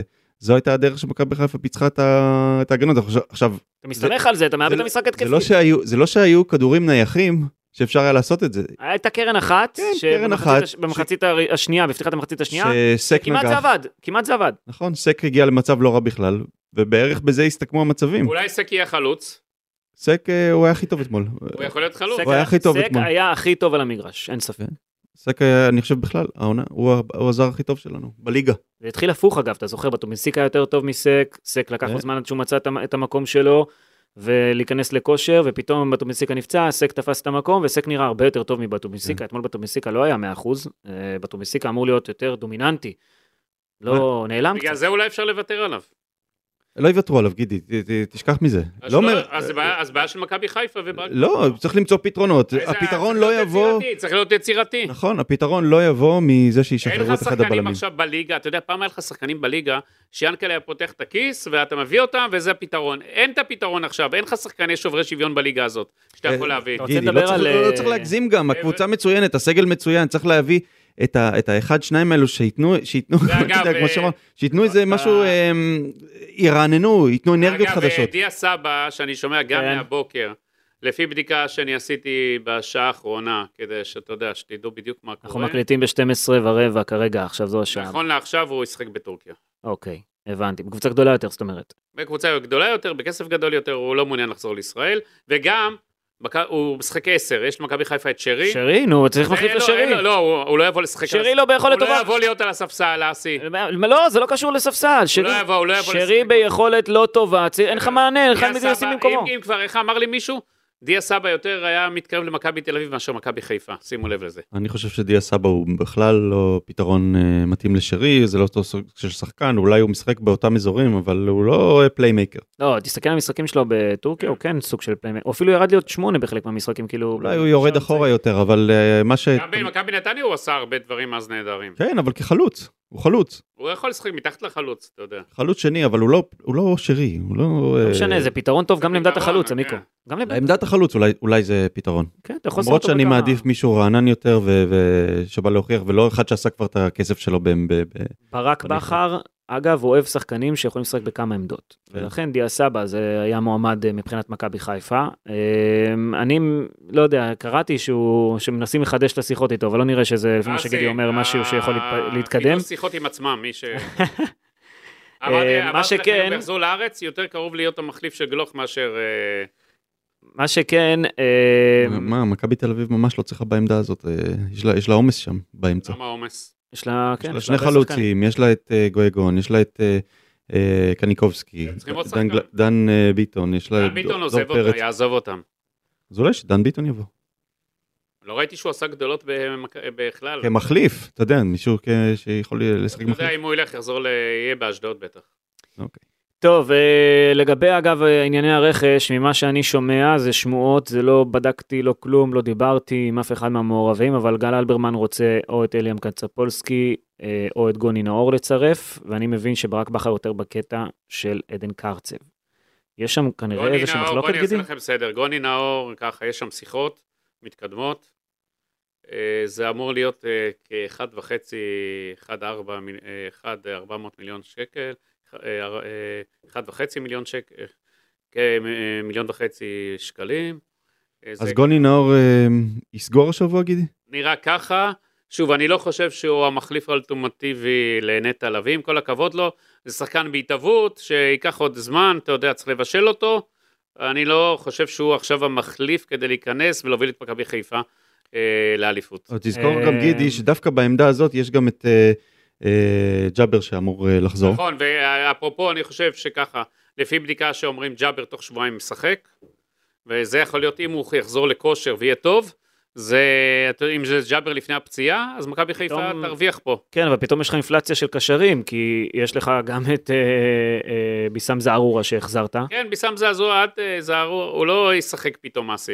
זו הייתה הדרך שמכבי חיפה פיצחה את ההגנות. עכשיו... אתה מסתמך על זה, אתה מאבד את המשחק התקפי. זה לא שהיו כדורים נייחים, שאפשר היה לעשות את זה. הייתה קרן אחת, שבמחצית השנייה, בפתיחת המחצית השנייה, כמעט זה עבד, כמעט זה עבד. נכון, סק הגיע למצב לא רע בכלל, ובערך בזה הסתכמו המצבים. אולי סק יהיה חלוץ? סק, הוא היה הכי טוב אתמול. הוא יכול להיות חלוץ. הוא היה הכי טוב אתמול. סק היה הכי טוב על המגרש, אין ספק. סק היה, אני חושב בכלל, העונה, הוא הזר הכי טוב שלנו, בליגה. זה התחיל הפוך אגב, אתה זוכר, בטומינסיקה יותר טוב מסק, סק לקח לו זמן עד שהוא מצא את המקום שלו, ולהיכנס לכושר, ופתאום בטומינסיקה נפצע, סק תפס את המקום, וסק נראה הרבה יותר טוב מבטומינסיקה, אתמול בטומינסיקה לא היה מאה אחוז, בטומינסיקה אמור להיות יותר דומיננטי, לא נעלם קצת. בגלל זה אולי אפשר לוותר עליו. לא יוותרו עליו, גידי, תשכח מזה. אז בעיה של מכבי חיפה וברק. לא, צריך למצוא פתרונות. הפתרון לא יבוא... צריך להיות יצירתי. נכון, הפתרון לא יבוא מזה שישחררו את אחד הבלמים. אין לך שחקנים עכשיו בליגה, אתה יודע, פעם היה לך שחקנים בליגה, שיאנקל היה פותח את הכיס, ואתה מביא אותם, וזה הפתרון. אין את הפתרון עכשיו, אין לך שחקני שוברי שוויון בליגה הזאת, שאתה יכול להביא. גידי, לא צריך להגזים גם, הקבוצה מצוינת, הסגל מצוין, צריך להביא את ה, את האחד, שניים האלו שייתנו, שייתנו, כמו שאמר, שייתנו איזה משהו, ירעננו, ייתנו אנרגיות חדשות. אגב, דיה סבא, שאני שומע גם מהבוקר, לפי בדיקה שאני עשיתי בשעה האחרונה, כדי שאתה יודע, שתדעו בדיוק מה קורה. אנחנו מקליטים ב-שתים עשרה ורבע כרגע, עכשיו זו השעה. נכון לעכשיו הוא ישחק בטורקיה. אוקיי, הבנתי. בקבוצה גדולה יותר, זאת אומרת. בקבוצה גדולה יותר, בכסף גדול יותר, הוא לא מעוניין לחזור לישראל, וגם הוא משחק עשר, יש למכבי חיפה את שרי. שרי, נו, צריך מחליף לשרי. לא, לא, הוא לא יבוא לשחק. שרי לא ביכולת טובה. הוא לא יבוא להיות על הספסל, אסי. לא, זה לא קשור לספסל. הוא לא יבוא, הוא לא יבוא לשחק. שרי ביכולת לא טובה, אין לך מענה, אין לך מי לשים במקומו. אם כבר, איך אמר לי מישהו? דיה סבא יותר היה מתקרב למכבי תל אביב מאשר מכבי חיפה, שימו לב לזה. אני חושב שדיה סבא הוא בכלל לא פתרון מתאים לשרי, זה לא אותו סוג של שחקן, אולי הוא משחק באותם אזורים, אבל הוא לא פליימייקר. לא, תסתכל על המשחקים שלו בטורקיה, הוא כן סוג של פליימייקר, או אפילו ירד להיות שמונה בחלק מהמשחקים, כאילו... אולי הוא יורד אחורה יותר, אבל מה ש... גם במכבי נתניה הוא עשה הרבה דברים אז נהדרים. כן, אבל כחלוץ, הוא חלוץ. הוא יכול לשחק מתחת לחלוץ, אתה יודע. חלוץ שני, אבל הוא לא, הוא לא שרי, הוא לא... לא משנה, זה פתרון טוב גם לעמדת החלוץ, עמיקו. גם לעמדת החלוץ, אולי, אולי זה פתרון. כן, אתה יכול למרות שאני מעדיף מישהו רענן יותר ושבא להוכיח, ולא אחד שעשה כבר את הכסף שלו ב... ברק בכר, אגב, אוהב שחקנים שיכולים לשחק בכמה עמדות. ולכן דיה סבא זה היה מועמד מבחינת מכבי חיפה. אני לא יודע, קראתי שהוא, שמנסים לחדש את השיחות איתו, אבל לא נראה שזה, לפי מה שגידי אומר, משהו שיכול להתקדם. שיחות עם עצמם, מי ש... מה שכן... הוא יחזור לארץ, יותר קרוב להיות המחליף של גלוך מאשר... מה שכן... מה, מכבי תל אביב ממש לא צריכה בעמדה הזאת, יש לה עומס שם באמצע. למה עומס? יש לה, כן, יש לה שני חלוצים, יש לה את גויגון, יש לה את קניקובסקי, דן ביטון, יש לה... דן ביטון עוזב אותם, יעזוב אותם. אז אולי שדן ביטון יבוא. לא ראיתי שהוא עשה גדולות בכלל. כמחליף, אתה יודע, מישהו שיכול לשחק מחליף. אתה יודע, אם הוא ילך, יחזור, יהיה באשדוד בטח. אוקיי. טוב, לגבי אגב ענייני הרכש, ממה שאני שומע זה שמועות, זה לא בדקתי, לא כלום, לא דיברתי עם אף אחד מהמעורבים, אבל גל אלברמן רוצה או את אליאם קצפולסקי או את גוני נאור לצרף, ואני מבין שברק בכר יותר בקטע של עדן קרצב. יש שם כנראה איזושהי מחלוקת גידי? בוא אני אעשה לכם בסדר, גוני נאור, ככה, יש שם שיחות מתקדמות, זה אמור להיות כאחד וחצי, אחד ארבע, אחד ארבע מאות מיליון שקל, אחד וחצי מיליון שקל, כמיליון וחצי שקלים. אז גוני נאור יסגור השבוע, גידי? נראה ככה, שוב, אני לא חושב שהוא המחליף האולטימטיבי לנטע לביא, עם כל הכבוד לו, זה שחקן בהתהוות, שיקח עוד זמן, אתה יודע, צריך לבשל אותו, אני לא חושב שהוא עכשיו המחליף כדי להיכנס ולהוביל את מכבי חיפה לאליפות. תזכור גם גידי, שדווקא בעמדה הזאת יש גם את... ג'אבר שאמור לחזור. נכון, ואפרופו אני חושב שככה, לפי בדיקה שאומרים ג'אבר תוך שבועיים משחק, וזה יכול להיות אם הוא יחזור לכושר ויהיה טוב, זה, אם זה ג'אבר לפני הפציעה, אז מכבי חיפה תרוויח פה. כן, אבל פתאום יש לך אינפלציה של קשרים, כי יש לך גם את אה, אה, ביסם זערורה שהחזרת. כן, ביסם זערורה, הוא לא ישחק פתאום מסי.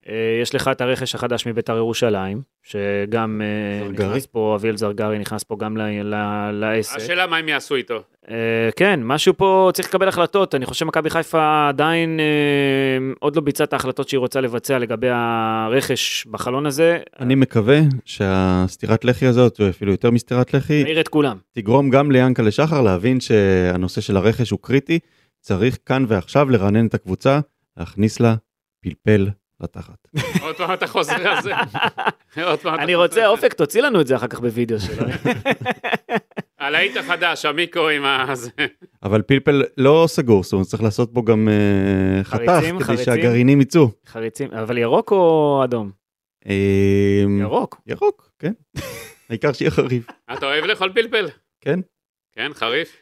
יש לך את הרכש החדש מבית"ר ירושלים, שגם נכנס פה, אביאל זרגרי נכנס פה גם לעסק. השאלה מה הם יעשו איתו. כן, משהו פה צריך לקבל החלטות, אני חושב מכבי חיפה עדיין עוד לא ביצעה את ההחלטות שהיא רוצה לבצע לגבי הרכש בחלון הזה. אני מקווה שהסתירת לחי הזאת, ואפילו יותר מסתירת לחי, מעיר את כולם. תגרום גם ליענקל'ה שחר להבין שהנושא של הרכש הוא קריטי, צריך כאן ועכשיו לרענן את הקבוצה, להכניס לה פלפל לתחת. עוד פעם אתה חוזר על זה. אני רוצה, אופק, תוציא לנו את זה אחר כך בווידאו שלו. על היית חדש, המיקרו עם הזה. אבל פלפל לא סגור, זאת אומרת, צריך לעשות בו גם חתך, כדי שהגרעינים יצאו. חריצים, אבל ירוק או אדום? ירוק. ירוק, כן. העיקר שיהיה חריף. אתה אוהב לאכול פלפל? כן. כן, חריף.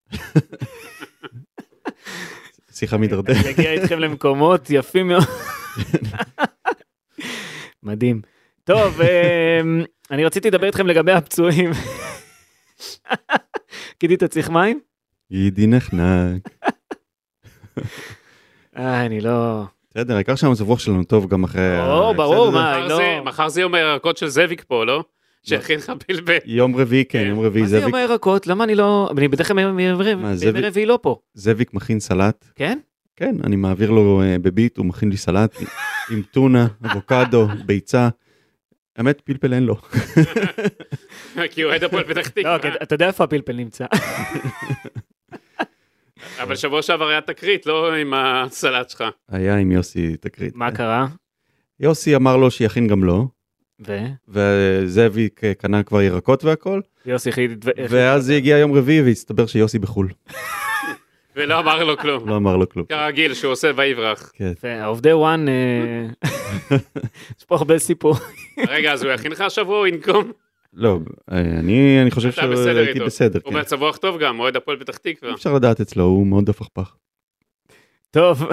שיחה מדרדר. אני אגיע איתכם למקומות יפים מאוד. מדהים. טוב, אני רציתי לדבר איתכם לגבי הפצועים. גידי, אתה צריך מים? גידי נחנק. אה, אני לא... בסדר, העיקר שהמצב רוח שלנו טוב גם אחרי... או, ברור, מה, לא... מחר זה יום הירקות של זאביק פה, לא? שהכין לך פלפל. יום רביעי, כן, יום רביעי זאביק. מה זה יום הירקות? למה אני לא... אני בדרך כלל יום רביעי לא פה. זאביק מכין סלט. כן? כן, אני מעביר לו בביט, הוא מכין לי סלט עם טונה, אבוקדו, ביצה. האמת, פלפל אין לו. כי הוא עד הפועל פתח תקווה. לא, אתה יודע איפה הפלפל נמצא. אבל שבוע שעבר היה תקרית, לא עם הסלט שלך. היה עם יוסי תקרית. מה קרה? יוסי אמר לו שיכין גם לו. ו? וזאביק קנה כבר ירקות והכל. יוסי חיד... ואז הגיע יום רביעי והסתבר שיוסי בחול. ולא אמר לו כלום. לא אמר לו כלום. כרגיל, שהוא עושה ויברח. כן. עובדי וואן, יש פה הרבה סיפור. רגע, אז הוא יכין לך השבוע או ינקום? לא, אני חושב שהייתי בסדר. הוא מצב רוח טוב גם, מועד הפועל פתח תקווה. אפשר לדעת אצלו, הוא מאוד הפכפך. טוב.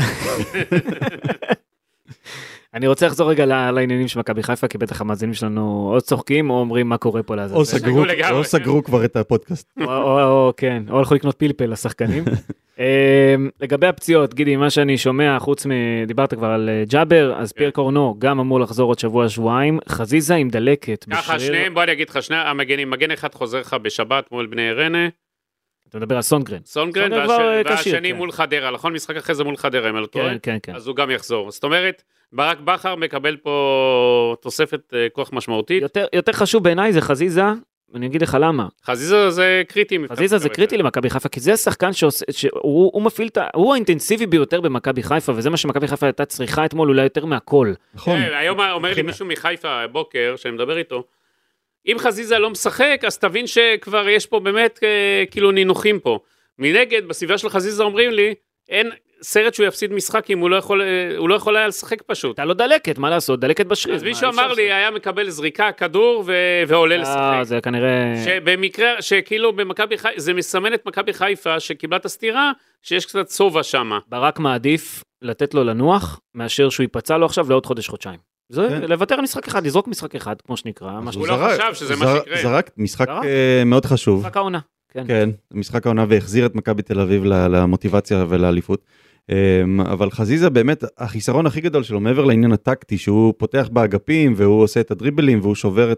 אני רוצה לחזור רגע לעניינים של מכבי חיפה, כי בטח המאזינים שלנו או צוחקים או אומרים מה קורה פה לזה. או סגרו כבר את הפודקאסט. או כן, או הלכו לקנות פלפל לשחקנים. לגבי הפציעות, גידי, מה שאני שומע, חוץ מדיברת כבר על ג'אבר, אז פייר קורנו גם אמור לחזור עוד שבוע שבועיים, חזיזה עם דלקת. ככה שניהם, בוא אני אגיד לך, שני המגנים, מגן אחד חוזר לך בשבת מול בני רנה. אתה מדבר על סונגרן. סונגרן, והשני מול חדרה, נכון? משחק אחרי זה מול חדרה, אם אני לא טועה. כן, כן. אז הוא גם יחזור. זאת אומרת, ברק בכר מקבל פה תוספת כוח משמעותית. יותר חשוב בעיניי זה חזיזה, אני אגיד לך למה. חזיזה זה קריטי. חזיזה זה קריטי למכבי חיפה, כי זה השחקן שהוא מפעיל, הוא האינטנסיבי ביותר במכבי חיפה, וזה מה שמכבי חיפה הייתה צריכה אתמול אולי יותר מהכל. נכון. היום אומר לי מישהו מחיפה בוקר, שאני מדבר איתו, אם חזיזה לא משחק, אז תבין שכבר יש פה באמת כאילו נינוחים פה. מנגד, בסביבה של חזיזה אומרים לי, אין סרט שהוא יפסיד משחק אם הוא לא יכול, הוא לא יכול היה לשחק פשוט. אתה לא דלקת, מה לעשות? דלקת בשריר. אז מישהו אמר לי, היה מקבל זריקה, כדור ועולה לשחק. אה, זה כנראה... שבמקרה, שכאילו במכבי חיפה, זה מסמן את מכבי חיפה שקיבלה את הסתירה, שיש קצת צובה שמה. ברק מעדיף לתת לו לנוח, מאשר שהוא ייפצע לו עכשיו לעוד חודש חודשיים. זה לוותר על משחק אחד, לזרוק משחק אחד, כמו שנקרא. הוא לא חשב שזה מה שיקרה. זרק משחק מאוד חשוב. משחק העונה. כן, משחק העונה והחזיר את מכבי תל אביב למוטיבציה ולאליפות. אבל חזיזה באמת, החיסרון הכי גדול שלו, מעבר לעניין הטקטי, שהוא פותח באגפים, והוא עושה את הדריבלים, והוא שובר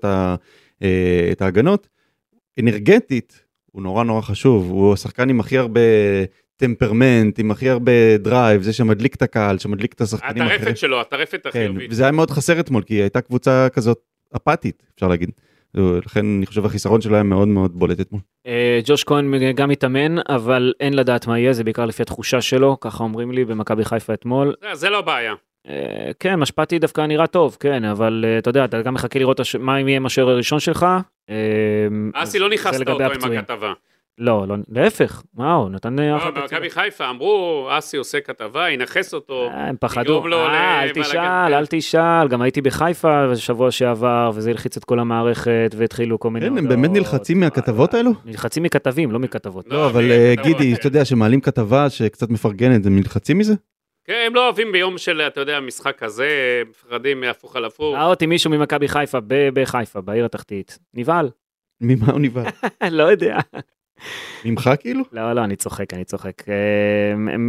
את ההגנות, אנרגטית, הוא נורא נורא חשוב, הוא השחקן עם הכי הרבה טמפרמנט, עם הכי הרבה דרייב, זה שמדליק את הקהל, שמדליק את השחקנים האחרים. הטרפת שלו, הטרפת החיובית. וזה היה מאוד חסר אתמול, כי הייתה קבוצה כזאת אפתית, אפשר להגיד. לכן אני חושב החיסרון שלו היה מאוד מאוד בולט אתמול. ג'וש כהן גם מתאמן, אבל אין לדעת מה יהיה, זה בעיקר לפי התחושה שלו, ככה אומרים לי במכבי חיפה אתמול. זה לא בעיה. כן, משפטי דווקא נראה טוב, כן, אבל אתה יודע, אתה גם מחכה לראות מה יהיה השוער הראשון שלך. אסי לא נכנסת אותו עם הכתבה. לא, לא, להפך, וואו, נתן... במכבי חיפה אמרו, אסי עושה כתבה, ינחס אותו. הם פחדו, אל תשאל, אל תשאל, גם הייתי בחיפה בשבוע שעבר, וזה הלחיץ את כל המערכת, והתחילו כל מיני... כן, הם באמת נלחצים מהכתבות האלו? נלחצים מכתבים, לא מכתבות. לא, אבל גידי, אתה יודע, שמעלים כתבה שקצת מפרגנת, הם נלחצים מזה? כן, הם לא אוהבים ביום של, אתה יודע, המשחק הזה, מפחדים מהפוך על הפוך. ראה אותי מישהו ממכבי חיפה, בחיפה, בעיר התחתית. נבהל. ממה הוא נבהל? לא יודע. ממך כאילו? לא, לא, אני צוחק, אני צוחק.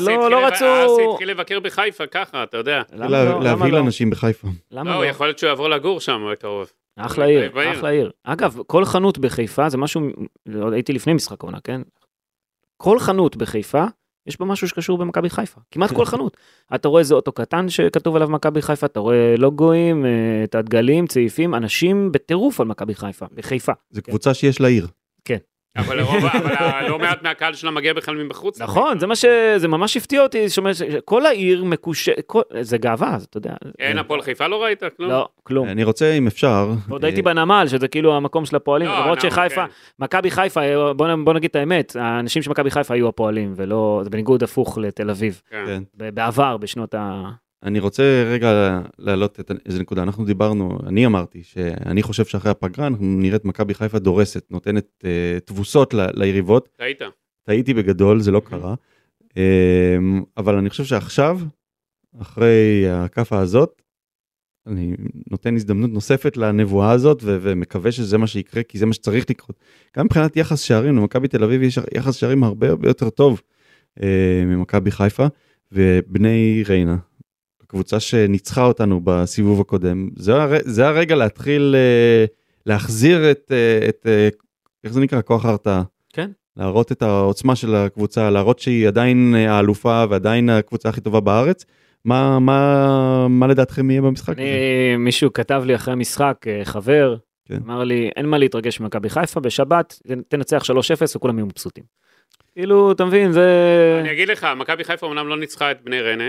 לא רצו... אסי התחיל לבקר בחיפה ככה, אתה יודע. להביא לאנשים בחיפה. לא, יכול להיות שהוא יעבור לגור שם בקרוב. אחלה עיר, אחלה עיר. אגב, כל חנות בחיפה, זה משהו, הייתי לפני משחק עונה, כן? כל חנות בחיפה, יש בה משהו שקשור במכבי חיפה. כמעט כל חנות. אתה רואה איזה אוטו קטן שכתוב עליו מכבי חיפה, אתה רואה לוגויים, את הדגלים, צעיפים, אנשים בטירוף על מכבי חיפה, בחיפה. זה קבוצה שיש לה עיר. כן. אבל לא מעט מהקהל שלה מגיע בכלל מבחוץ. נכון, זה מה ש... זה ממש הפתיע אותי, כל העיר מקושה... זה גאווה, אתה יודע. אין, הפועל חיפה לא ראית? כלום? לא, כלום. אני רוצה, אם אפשר... עוד הייתי בנמל, שזה כאילו המקום של הפועלים, למרות שחיפה, מכבי חיפה, בוא נגיד את האמת, האנשים של מכבי חיפה היו הפועלים, ולא... זה בניגוד הפוך לתל אביב. בעבר, בשנות ה... אני רוצה רגע להעלות את איזה נקודה. אנחנו דיברנו, אני אמרתי שאני חושב שאחרי הפגרה אנחנו נראה את מכבי חיפה דורסת, נותנת uh, תבוסות ל- ליריבות. טעית. טעיתי בגדול, זה לא קרה. Um, אבל אני חושב שעכשיו, אחרי הקפה הזאת, אני נותן הזדמנות נוספת לנבואה הזאת, ו- ומקווה שזה מה שיקרה, כי זה מה שצריך לקרות. גם מבחינת יחס שערים, למכבי תל אביב יש יחס שערים הרבה הרבה יותר טוב uh, ממכבי חיפה, ובני ריינה. קבוצה שניצחה אותנו בסיבוב הקודם, זה, הר... זה הרגע להתחיל להחזיר את, את, איך זה נקרא, כוח ההרתעה. כן. להראות את העוצמה של הקבוצה, להראות שהיא עדיין האלופה ועדיין הקבוצה הכי טובה בארץ. מה, מה, מה לדעתכם יהיה במשחק אני, הזה? מישהו כתב לי אחרי המשחק, חבר, כן. אמר לי, אין מה להתרגש ממכבי חיפה, בשבת תנצח שלוש אפס וכולם יהיו מבסוטים. כאילו, אתה מבין, זה... אני אגיד לך, מכבי חיפה אמנם לא ניצחה את בני ריינה,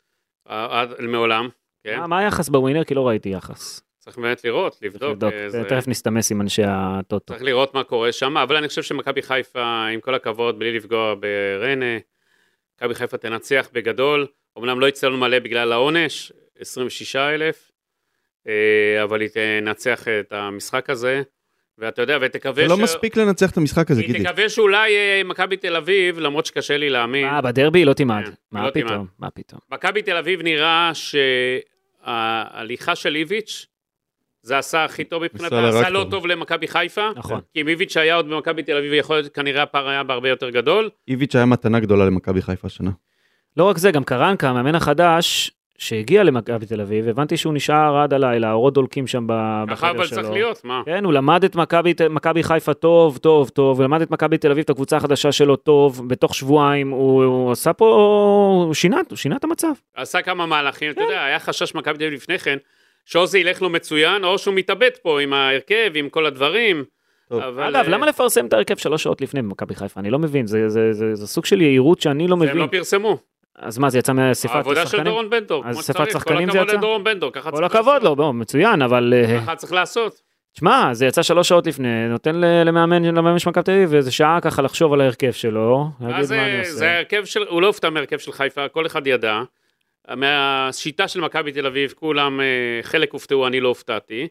מעולם, כן? מה היחס בווינר? כי לא ראיתי יחס. צריך באמת לראות, לבדוק. תכף נסתמס עם אנשי הטוטו. צריך לראות מה קורה שם, אבל אני חושב שמכבי חיפה, עם כל הכבוד, בלי לפגוע בריינה, מכבי חיפה תנצח בגדול, אמנם לא יצא לנו מלא בגלל העונש, עשרים ושישה אלף, אבל היא תנצח את המשחק הזה, ואתה יודע, ותקווה ש... זה לא מספיק לנצח את המשחק הזה, גידי. היא תקווה שאולי מכבי תל אביב, למרות שקשה לי להאמין. מה, בדרבי לא תימד. מה פתאום? מה פתאום? מכבי תל אביב נראה שההליכה של איביץ' זה עשה הכי טוב מבחינתה, עשה לא טוב למכבי חיפה. נכון. כי אם איביץ' היה עוד במכבי תל אביב, יכול להיות כנראה הפער היה בהרבה יותר גדול. איביץ' היה מתנה גדולה למכבי חיפה השנה. לא רק זה, גם קרנקה, המאמן החדש, שהגיע למכבי תל אביב, הבנתי שהוא נשאר עד הלילה, אורות דולקים שם בחדר שלו. אבל צריך להיות, מה? כן, הוא למד את מכבי חיפה טוב, טוב, טוב, הוא למד את מכבי תל אביב, את הקבוצה החדשה שלו טוב, בתוך שבועיים, הוא, הוא עשה פה, הוא שינה, הוא שינה את המצב. עשה כמה מהלכים, כן. אתה יודע, היה חשש מכבי תל אביב לפני כן, שאו זה ילך לו מצוין, או שהוא מתאבד פה עם ההרכב, עם כל הדברים. אבל... אגב, למה לפרסם את ההרכב שלוש שעות לפני במכבי חיפה? אני לא מבין, זה, זה, זה, זה סוג של יהירות שאני לא מבין. הם לא פרסמו. אז מה, זה יצא מאספת השחקנים? העבודה של דורון בנדור, אז אספת שחקנים זה יצא? כל הכבוד לדורון בנדור, ככה צריך לעשות. כל הכבוד לו, בוא, מצוין, אבל... ככה צריך לעשות. תשמע, זה יצא שלוש שעות לפני, נותן למאמן, למאמן של מכבי תל אביב, ואיזה שעה ככה לחשוב על ההרכב שלו, להגיד מה אני עושה. זה ההרכב של, הוא לא הופתע מהרכב של חיפה, כל אחד ידע. מהשיטה של מכבי תל אביב, כולם, חלק הופתעו, אני לא הופתעתי.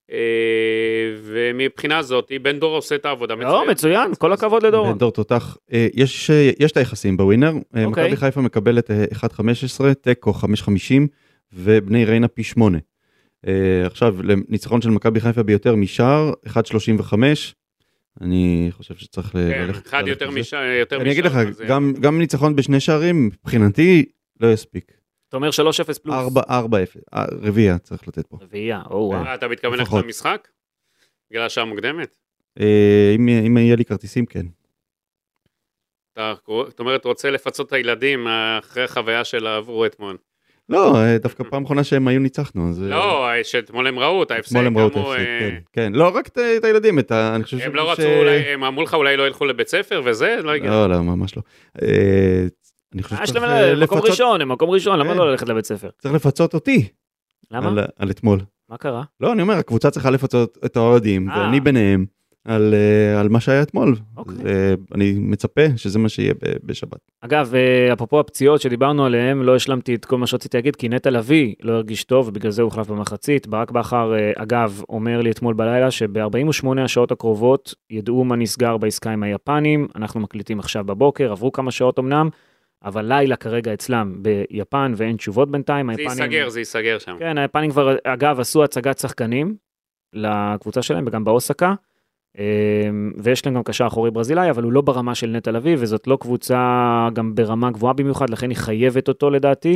ומבחינה הזאת, בנדור עושה את העבודה מצוין. לא, מצוין, כל הכבוד לדורון. בנדור תותח, יש, יש את היחסים בווינר, מכבי חיפה מקבלת אחת חמש עשרה, טקו חמש חמישים, ובני ריינה פי שמונה. עכשיו, לניצחון של מכבי חיפה ביותר משער, אחת שלושים וחמש, אני חושב שצריך ללכת. אחד יותר משער. אני אגיד לך, גם ניצחון בשני שערים, מבחינתי, לא יספיק. אתה אומר שלוש אפס פלוס. ארבע אפס, רביעייה צריך לתת פה. רביעייה, או אתה מתכוון ללכת למשחק? בגלל השעה מוקדמת? אם יהיה לי כרטיסים, כן. אתה אומרת, רוצה לפצות את הילדים אחרי החוויה של עברו אתמול. לא, דווקא פעם אחרונה שהם היו ניצחנו. לא, שאתמול הם ראו את ההפסק. אתמול הם ראו את ההפסק, כן. כן, לא רק את הילדים, הם לא רצו, הם אמרו לך אולי לא ילכו לבית ספר וזה? לא, לא, ממש לא. אני חושב שצריך לפצות... מקום ראשון, מקום ראשון, למה לא ללכת לבית ספר? צריך לפצות אותי. למה? על אתמול. מה קרה? לא, אני אומר, הקבוצה צריכה לפצות את האוהדים, ואני ביניהם, על מה שהיה אתמול. אני מצפה שזה מה שיהיה בשבת. אגב, אפרופו הפציעות שדיברנו עליהן, לא השלמתי את כל מה שרציתי להגיד, כי נטע לביא לא הרגיש טוב, ובגלל זה הוא הוחלף במחצית. ברק בכר, אגב, אומר לי אתמול בלילה, שב-ארבעים ושמונה השעות הקרובות ידעו מה נסגר בעסקה עם היפנים, אנחנו מקליטים עכשיו בבוקר, עברו כמה שעות אמנם, אבל לילה כרגע אצלם ביפן, ואין תשובות בינתיים. זה ייסגר, זה ייסגר שם. כן, היפנים כבר, אגב, עשו הצגת שחקנים לקבוצה שלהם, וגם באוסקה, ויש להם גם קשר אחורי ברזילאי, אבל הוא לא ברמה של נטע לביא, וזאת לא קבוצה גם ברמה גבוהה במיוחד, לכן היא חייבת אותו לדעתי,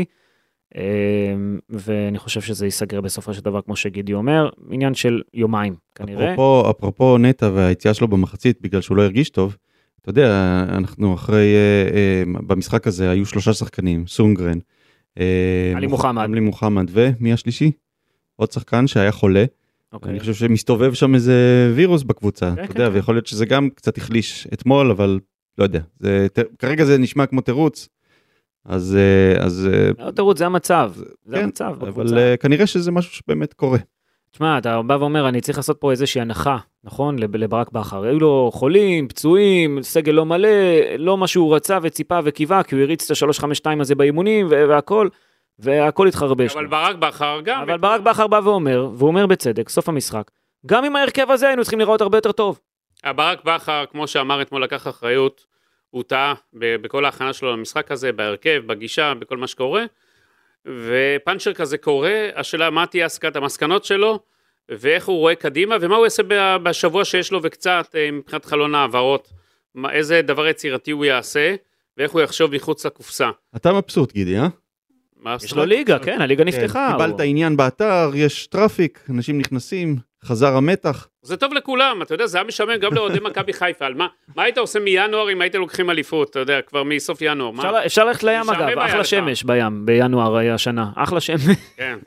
ואני חושב שזה ייסגר בסופו של דבר, כמו שגידי אומר, עניין של יומיים, כנראה. אפרופו, אפרופו נטע והיציאה שלו במחצית, בגלל שהוא לא הרגיש טוב, אתה יודע, אנחנו אחרי, במשחק הזה היו שלושה שחקנים, סונגרן, עלי מוחמד. עלי מוחמד, ומי השלישי? עוד שחקן שהיה חולה, Okay. אני חושב שמסתובב שם איזה וירוס בקבוצה, okay, אתה יודע, okay. ויכול להיות שזה גם קצת החליש אתמול, אבל לא יודע, זה, כרגע זה נשמע כמו תירוץ, אז... אז לא תירוץ, זה המצב, זה כן, המצב בקבוצה. אבל כנראה שזה משהו שבאמת קורה. תשמע, אתה בא ואומר, אני צריך לעשות פה איזושהי הנחה, נכון? לברק בכר, היו לו חולים, פצועים, סגל לא מלא, לא מה שהוא רצה וציפה וקיווה, כי הוא הריץ את ה-שלוש חמש שתיים הזה באימונים והכל, והכל התחרבש. אבל ברק בכר גם. אבל ברק בכר בא ואומר, והוא אומר בצדק, סוף המשחק, גם עם ההרכב הזה היינו צריכים לראות הרבה יותר טוב. ברק בכר, כמו שאמר אתמול, לקח אחריות, הוא טעה בכל ההכנה שלו למשחק הזה, בהרכב, בגישה, בכל מה שקורה, ופאנצ'ר כזה קורה, השאלה מה תהיה הסקת המסקנות שלו, ואיך הוא רואה קדימה, ומה הוא יעשה בשבוע שיש לו וקצת, מבחינת חלון העברות, איזה דבר יצירתי הוא יעשה, ואיך הוא יחשוב מחוץ לקופסה. אתה מבסוט, גידי, אה? יש לו ליגה, כן, הליגה נפתחה. קיבלת עניין באתר, יש טראפיק, אנשים נכנסים, חזר המתח. זה טוב לכולם, אתה יודע, זה היה משעמם גם לאוהדי מכבי חיפה, מה היית עושה מינואר אם הייתם לוקחים אליפות, אתה יודע, כבר מסוף ינואר. אפשר ללכת לים אגב, אחלה שמש בים, בינואר היה השנה, אחלה שמש. כן.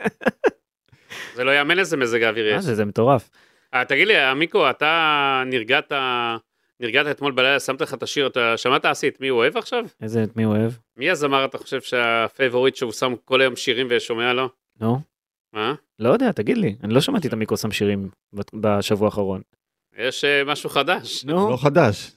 זה לא יאמן איזה מזג האוויר יש. זה מטורף. תגיד לי, עמיקו, אתה נרגעת... נרגעת אתמול בלילה, שמת לך את השיר, אתה שמעת עשית, מי הוא אוהב עכשיו? איזה, מי הוא אוהב? מי הזמר אתה חושב שהפייבוריט שהוא שם כל היום שירים ושומע לו? נו? מה? לא יודע, תגיד לי, אני לא שמעתי את המיקרו שם שירים בשבוע האחרון. יש משהו חדש. נו? לא חדש.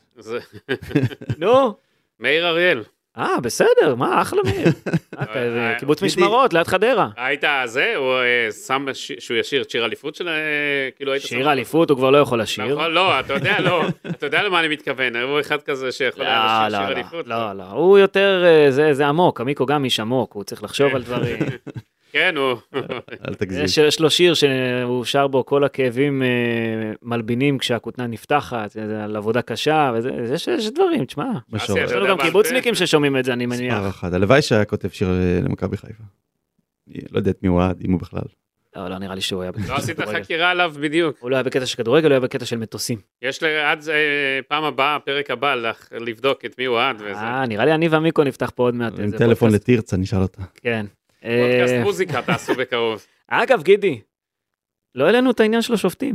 נו? מאיר אריאל. אה, בסדר, מה, אחלה מאיר. קיבוץ משמרות, ליד חדרה. היית זה, הוא שם שהוא ישיר את שיר אליפות של... שיר אליפות הוא כבר לא יכול לשיר. לא, אתה יודע, לא, אתה יודע למה אני מתכוון, הוא אחד כזה שיכול לשיר שיר אליפות. לא, לא, הוא יותר, זה עמוק, עמיקו גם איש עמוק, הוא צריך לחשוב על דברים. כן, הוא... אל תגזים. יש לו שיר שהוא שר בו כל הכאבים מלבינים כשהכותנה נפתחת, על עבודה קשה, יש דברים, תשמע. יש לנו גם קיבוצניקים ששומעים את זה, אני מניח. ספר אחד, הלוואי שהיה כותב שיר למכבי חיפה. לא יודעת מי הוא עד, אם הוא בכלל. לא, לא נראה לי שהוא היה... לא עשית חקירה עליו בדיוק. הוא לא היה בקטע של כדורגל, הוא היה בקטע של מטוסים. יש עד פעם הבאה, פרק הבא, לבדוק את מי הוא עד וזה. אה, נראה לי אני ועמיקו נפתח פה עוד מעט. עם טלפון לתירצה, נשאל אותה. כן. פודקאסט מוזיקה תעשו בקרוב. אגב, גידי, לא העלינו את העניין של השופטים.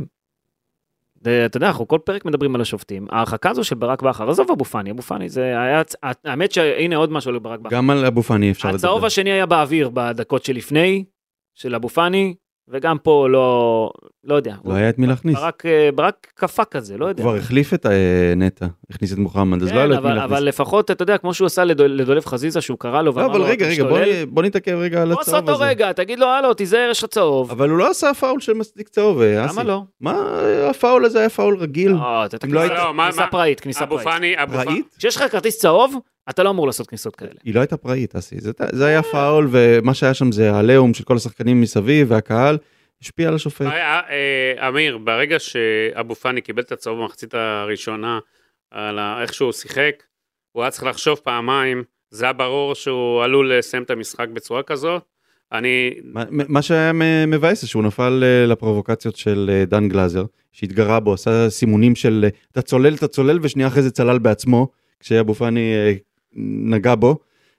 אתה יודע, אנחנו כל פרק מדברים על השופטים. ההרחקה הזו של ברק בכר, עזוב אבו פאני, אבו פאני זה היה, האמת שהנה עוד משהו לברק בכר. גם על אבו פאני אפשר לדבר. הצהוב השני היה באוויר בדקות שלפני, של אבו פאני, וגם פה לא, לא יודע. לא היה את מי להכניס. ברק, ברק קפה כזה, לא יודע. הוא כבר החליף את נטע, הכניס את מוחמד, אז לא היה לו את מי להכניס. אבל לפחות, אתה יודע, כמו שהוא עשה לדולב חזיזה, שהוא קרא לו, לא, אבל רגע, רגע, בוא נתעכב רגע על הצהוב הזה. בוא עשה אותו רגע, תגיד לו, הלו, תיזהר, יש לך צהוב. אבל הוא לא עשה פאול של מספיק צהוב, למה לא? מה, הפאול הזה היה פאול רגיל. כניסה פראית, כניסה פראית. כשיש לך כרטיס צהוב, אתה לא אמור לעשות כניסות כאלה. היא לא הייתה פראית, אסי. זה היה פאול, ומה שהיה שם זה העליהום של כל השחקנים מסביב, והקהל השפיע על השופט. אמיר, ברגע שאבו פאני קיבל את הצהוב במחצית הראשונה, על איך שהוא שיחק, הוא היה צריך לחשוב פעמיים, זה היה ברור שהוא עלול לסיים את המשחק בצורה כזאת. אני... מה שהיה מבאס, שהוא נפל לפרובוקציות של דן גלאזר, שהתגרה בו, עשה סימונים של, אתה צולל, אתה צולל, ושנייה אחרי זה צלל בעצמו, כשאבו פאני נגע בו.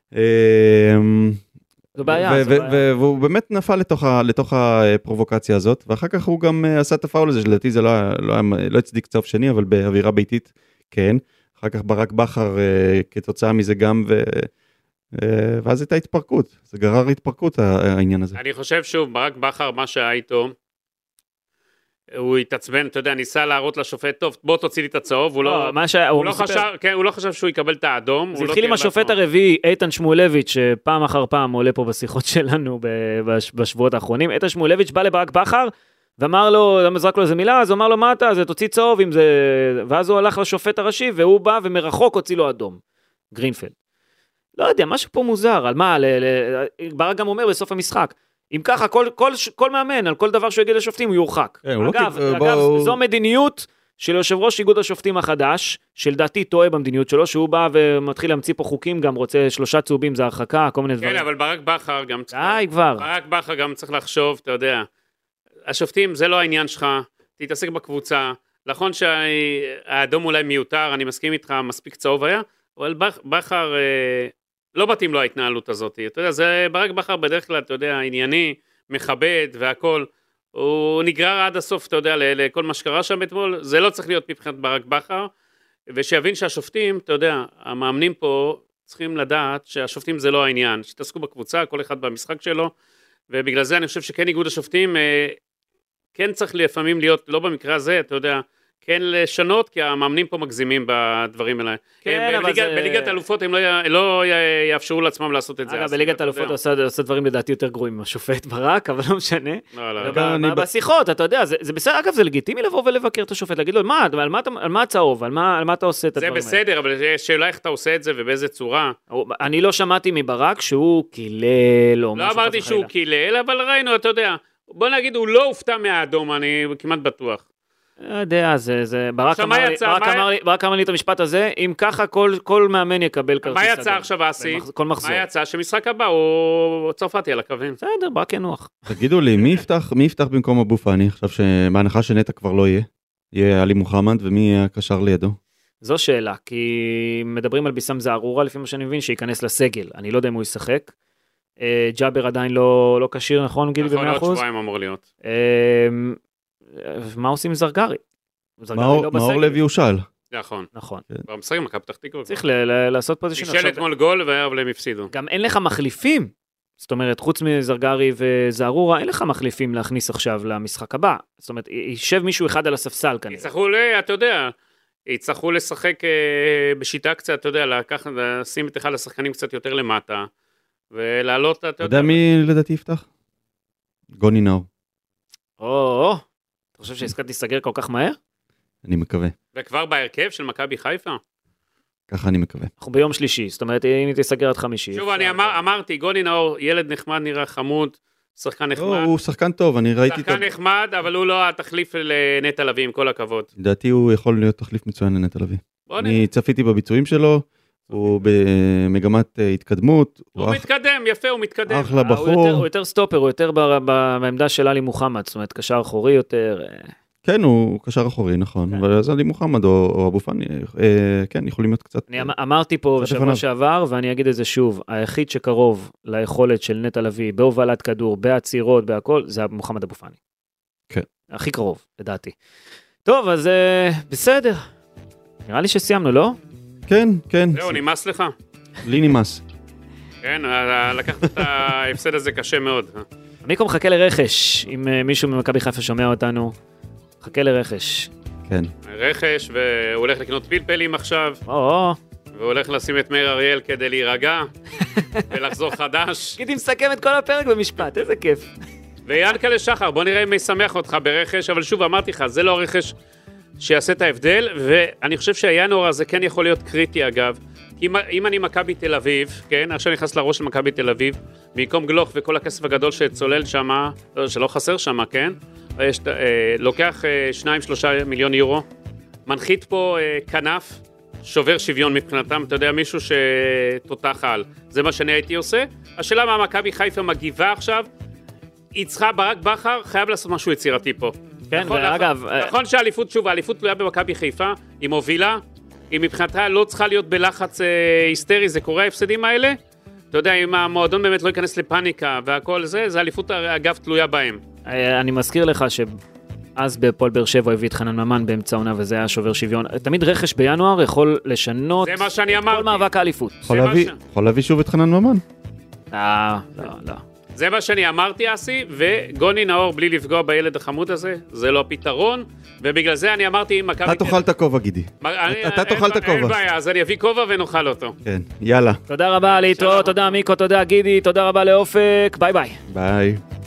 זו בעיה, זו בעיה. והוא באמת נפל לתוך הפרובוקציה הזאת, ואחר כך הוא גם עשה את הפאול הזה, שלדעתי זה לא הצדיק צהוב שני, אבל באווירה ביתית כן. אחר כך ברק בכר כתוצאה מזה גם, ואז הייתה התפרקות. זה גרר התפרקות העניין הזה. אני חושב שוב, ברק בכר, מה שהיה איתו, הוא התעצבן, אתה יודע, ניסה להראות לשופט, טוב, בוא תוציא לי את הצהוב, הוא לא, הוא לא חשב, כן, הוא לא חשב שהוא יקבל את האדום. זה התחיל עם השופט הרביעי, איתן שמואלביץ', שפעם אחר פעם עולה פה בשיחות שלנו בשבועות האחרונים. איתן שמואלביץ' בא לברק בכר, ואמר לו, זרק לו איזה מילה, אז הוא אמר לו, מה אתה, זה תוציא צהוב עם זה, ואז הוא הלך לשופט הראשי, והוא בא ומרחוק הוציא לו אדום. גרינפלד. לא יודע, משהו פה מוזר, על מה, ברק גם אומר בסוף המשחק, אם ככה, כל, כל, כל מאמן, על כל דבר שהוא יגיד לשופטים, הוא יורחק. כן, אגב, הוא אגב בוא... זו מדיניות של יושב ראש איגוד השופטים החדש, שלדעתי טועה במדיניות שלו, שהוא בא ומתחיל להמציא פה חוקים, גם רוצה שלושה צהובים, זה הרחקה, כל מיני דברים. כן, אבל ברק בכר גם צריך... די כבר. ברק בכר גם צריך לחשוב, אתה יודע, השופטים זה לא העניין שלך, תתעסק בקבוצה, נכון שהאדום אולי מיותר, אני מסכים איתך, מספיק צהוב היה, אבל בכר, לא מתאים לו ההתנהלות הזאת, אתה יודע, זה ברק בכר בדרך כלל, אתה יודע, ענייני, מכבד והכל, הוא נגרר עד הסוף, אתה יודע, לכל מה שקרה שם אתמול, זה לא צריך להיות מבחינת ברק בכר, ושיבין שהשופטים, אתה יודע, המאמנים פה צריכים לדעת שהשופטים זה לא העניין, שתעסקו בקבוצה, כל אחד במשחק שלו, ובגלל זה אני חושב שכן איגוד השופטים, כן צריך לפעמים להיות, לא במקרה הזה, אתה יודע, כן לשנות, כי המאמנים פה מגזימים בדברים האלה. כן, אבל בליגת, זה... בליגת אלופות הם לא, לא יאפשרו לעצמם לעשות את זה. אגב, בליגת אלופות עושה, עושה דברים לדעתי יותר גרועים עם השופט ברק, אבל לא משנה. לא, לא. ב- בשיחות, אתה יודע, זה, זה בסדר, אגב, זה לגיטימי לבוא ולבקר את השופט, להגיד לו, מה, על מה, על מה הצהוב, על מה, על מה אתה עושה את הדברים האלה? זה בסדר, אבל שאלה איך אתה עושה את זה ובאיזה צורה. אני לא שמעתי מברק שהוא קילל או משהו. לא אמרתי שהוא קילל, אבל ראינו, אתה יודע, בוא נגיד, הוא לא הופתע מהאדום, אני כמעט בטוח. לא יודע, זה, זה, ברק אמר לי, ברק אמר לי, ברק אמר לי את המשפט הזה, אם ככה כל, כל מאמן יקבל כרטיס אדום. מה יצא עכשיו, אסי? כל מחזור. מה יצא? שמשחק הבא הוא צרפתי על הקווים. בסדר, ברק ינוח. תגידו לי, מי יפתח, מי יפתח במקום אבו פאני? עכשיו שבהנחה שנטע כבר לא יהיה, יהיה עלי מוחמד, ומי יהיה הקשר לידו? זו שאלה, כי מדברים על ביסם זערורה, לפי מה שאני מבין, שייכנס לסגל. אני לא יודע אם הוא ישחק. ג'אבר עדיין לא, לא קשיר, נכון, גילי, במאה אחוז? נכון, עוד שבועיים אמור להיות. מה עושים עם זרגרי? מאור לוי הושל. נכון. נכון. במשחקים, מכבי פתח תקווה. צריך לעשות פה איזה שינוי. נשאל אתמול גול אבל הם הפסידו. גם אין לך מחליפים. זאת אומרת, חוץ מזרגרי וזערורה, אין לך מחליפים להכניס עכשיו למשחק הבא. זאת אומרת, יישב מישהו אחד על הספסל כנראה. יצטרכו, אתה יודע, יצטרכו לשחק בשיטה קצת, אתה יודע, לקחת, לשים את אחד השחקנים קצת יותר למטה, ולעלות, אתה יודע. אתה יודע מי לדעתי יפתח? גוני נאור. או, אתה חושב שהעסקה תיסגר כל כך מהר? אני מקווה. וכבר בהרכב של מכבי חיפה? ככה אני מקווה. אנחנו ביום שלישי, זאת אומרת, אם היא תיסגר עד חמישי. שוב, אני אמרתי, גוני נאור, ילד נחמד, נראה חמוד, שחקן נחמד. הוא שחקן טוב, אני ראיתי... שחקן נחמד, אבל הוא לא התחליף לנטע לביא, עם כל הכבוד. לדעתי הוא יכול להיות תחליף מצוין לנטע לביא. אני צפיתי בביצועים שלו, הוא במגמת התקדמות. הוא מתקדם, יפה, הוא מתקדם. אחלה בחור. הוא יותר סטופר, הוא יותר בעמדה של עלי מוחמד, זאת אומרת, קשר אחורי יותר... כן, הוא קשר אחורי, נכון, אבל אז עלי מוחמד או אבו פאני, כן, יכולים להיות קצת... אני אמרתי פה בשבוע שעבר, ואני אגיד את זה שוב, היחיד שקרוב ליכולת של נטע לביא, בהובלת כדור, בעצירות, בהכל, זה מוחמד אבו פאני. כן. הכי קרוב, לדעתי. טוב, אז בסדר. נראה לי שסיימנו, לא? כן, כן. זהו, נמאס לך. לי נמאס. כן, לקחת את ההפסד הזה קשה מאוד. המיקרו מחכה לרכש, אם מישהו ממכבי חיפה שומע אותנו, מחכה לרכש. כן. רכש, והוא הולך לקנות פלפלים עכשיו. או. והוא הולך לשים את מאיר אריאל כדי להירגע, ולחזור חדש. הייתי מסכם את כל הפרק במשפט, איזה כיף. ויענקלה שחר, בוא נראה אם ישמח אותך ברכש, אבל שוב אמרתי לך, זה לא הרכש שיעשה את ההבדל, ואני חושב שהינואר הזה כן יכול להיות קריטי אגב, אם, אם אני מכבי תל אביב, כן, עכשיו נכנס לראש של מכבי תל אביב, במקום גלוך וכל הכסף הגדול שצולל שם, שלא חסר שם, כן, יש, אה, לוקח אה, שניים שלושה מיליון יורו, מנחית פה אה, כנף, שובר שוויון מבחינתם, אתה יודע, מישהו שתותח על, זה מה שאני הייתי עושה. השאלה מה מכבי חיפה מגיבה עכשיו, היא צריכה, ברק בכר חייב לעשות משהו יצירתי פה. כן, נכון, ואגב... נכון, נכון שהאליפות, שוב, האליפות תלויה במכבי חיפה, היא מובילה, היא מבחינתה לא צריכה להיות בלחץ אה, היסטרי, זה קורה ההפסדים האלה, אתה יודע, אם המועדון באמת לא ייכנס לפאניקה והכל זה, זה האליפות אגב תלויה בהם. אני מזכיר לך שאז בפועל באר שבע הביא את חנן ממן באמצע העונה, וזה היה שובר שוויון. תמיד רכש בינואר יכול לשנות זה מה שאני אמרתי. כל מאבק האליפות. יכול להביא שוב את חנן ממן? אה, לא, לא. זה מה שאני אמרתי, אסי, וגוני נאור בלי לפגוע בילד החמוד הזה, זה לא פתרון, ובגלל זה אני אמרתי... אתה תאכל את הכובע, גידי. אתה תאכל את הכובע. אין בעיה, אז אני אביא כובע ונאכל אותו. כן, יאללה. תודה רבה, להתראות, תודה מיקו, תודה גידי, תודה רבה לאופק, ביי ביי. ביי.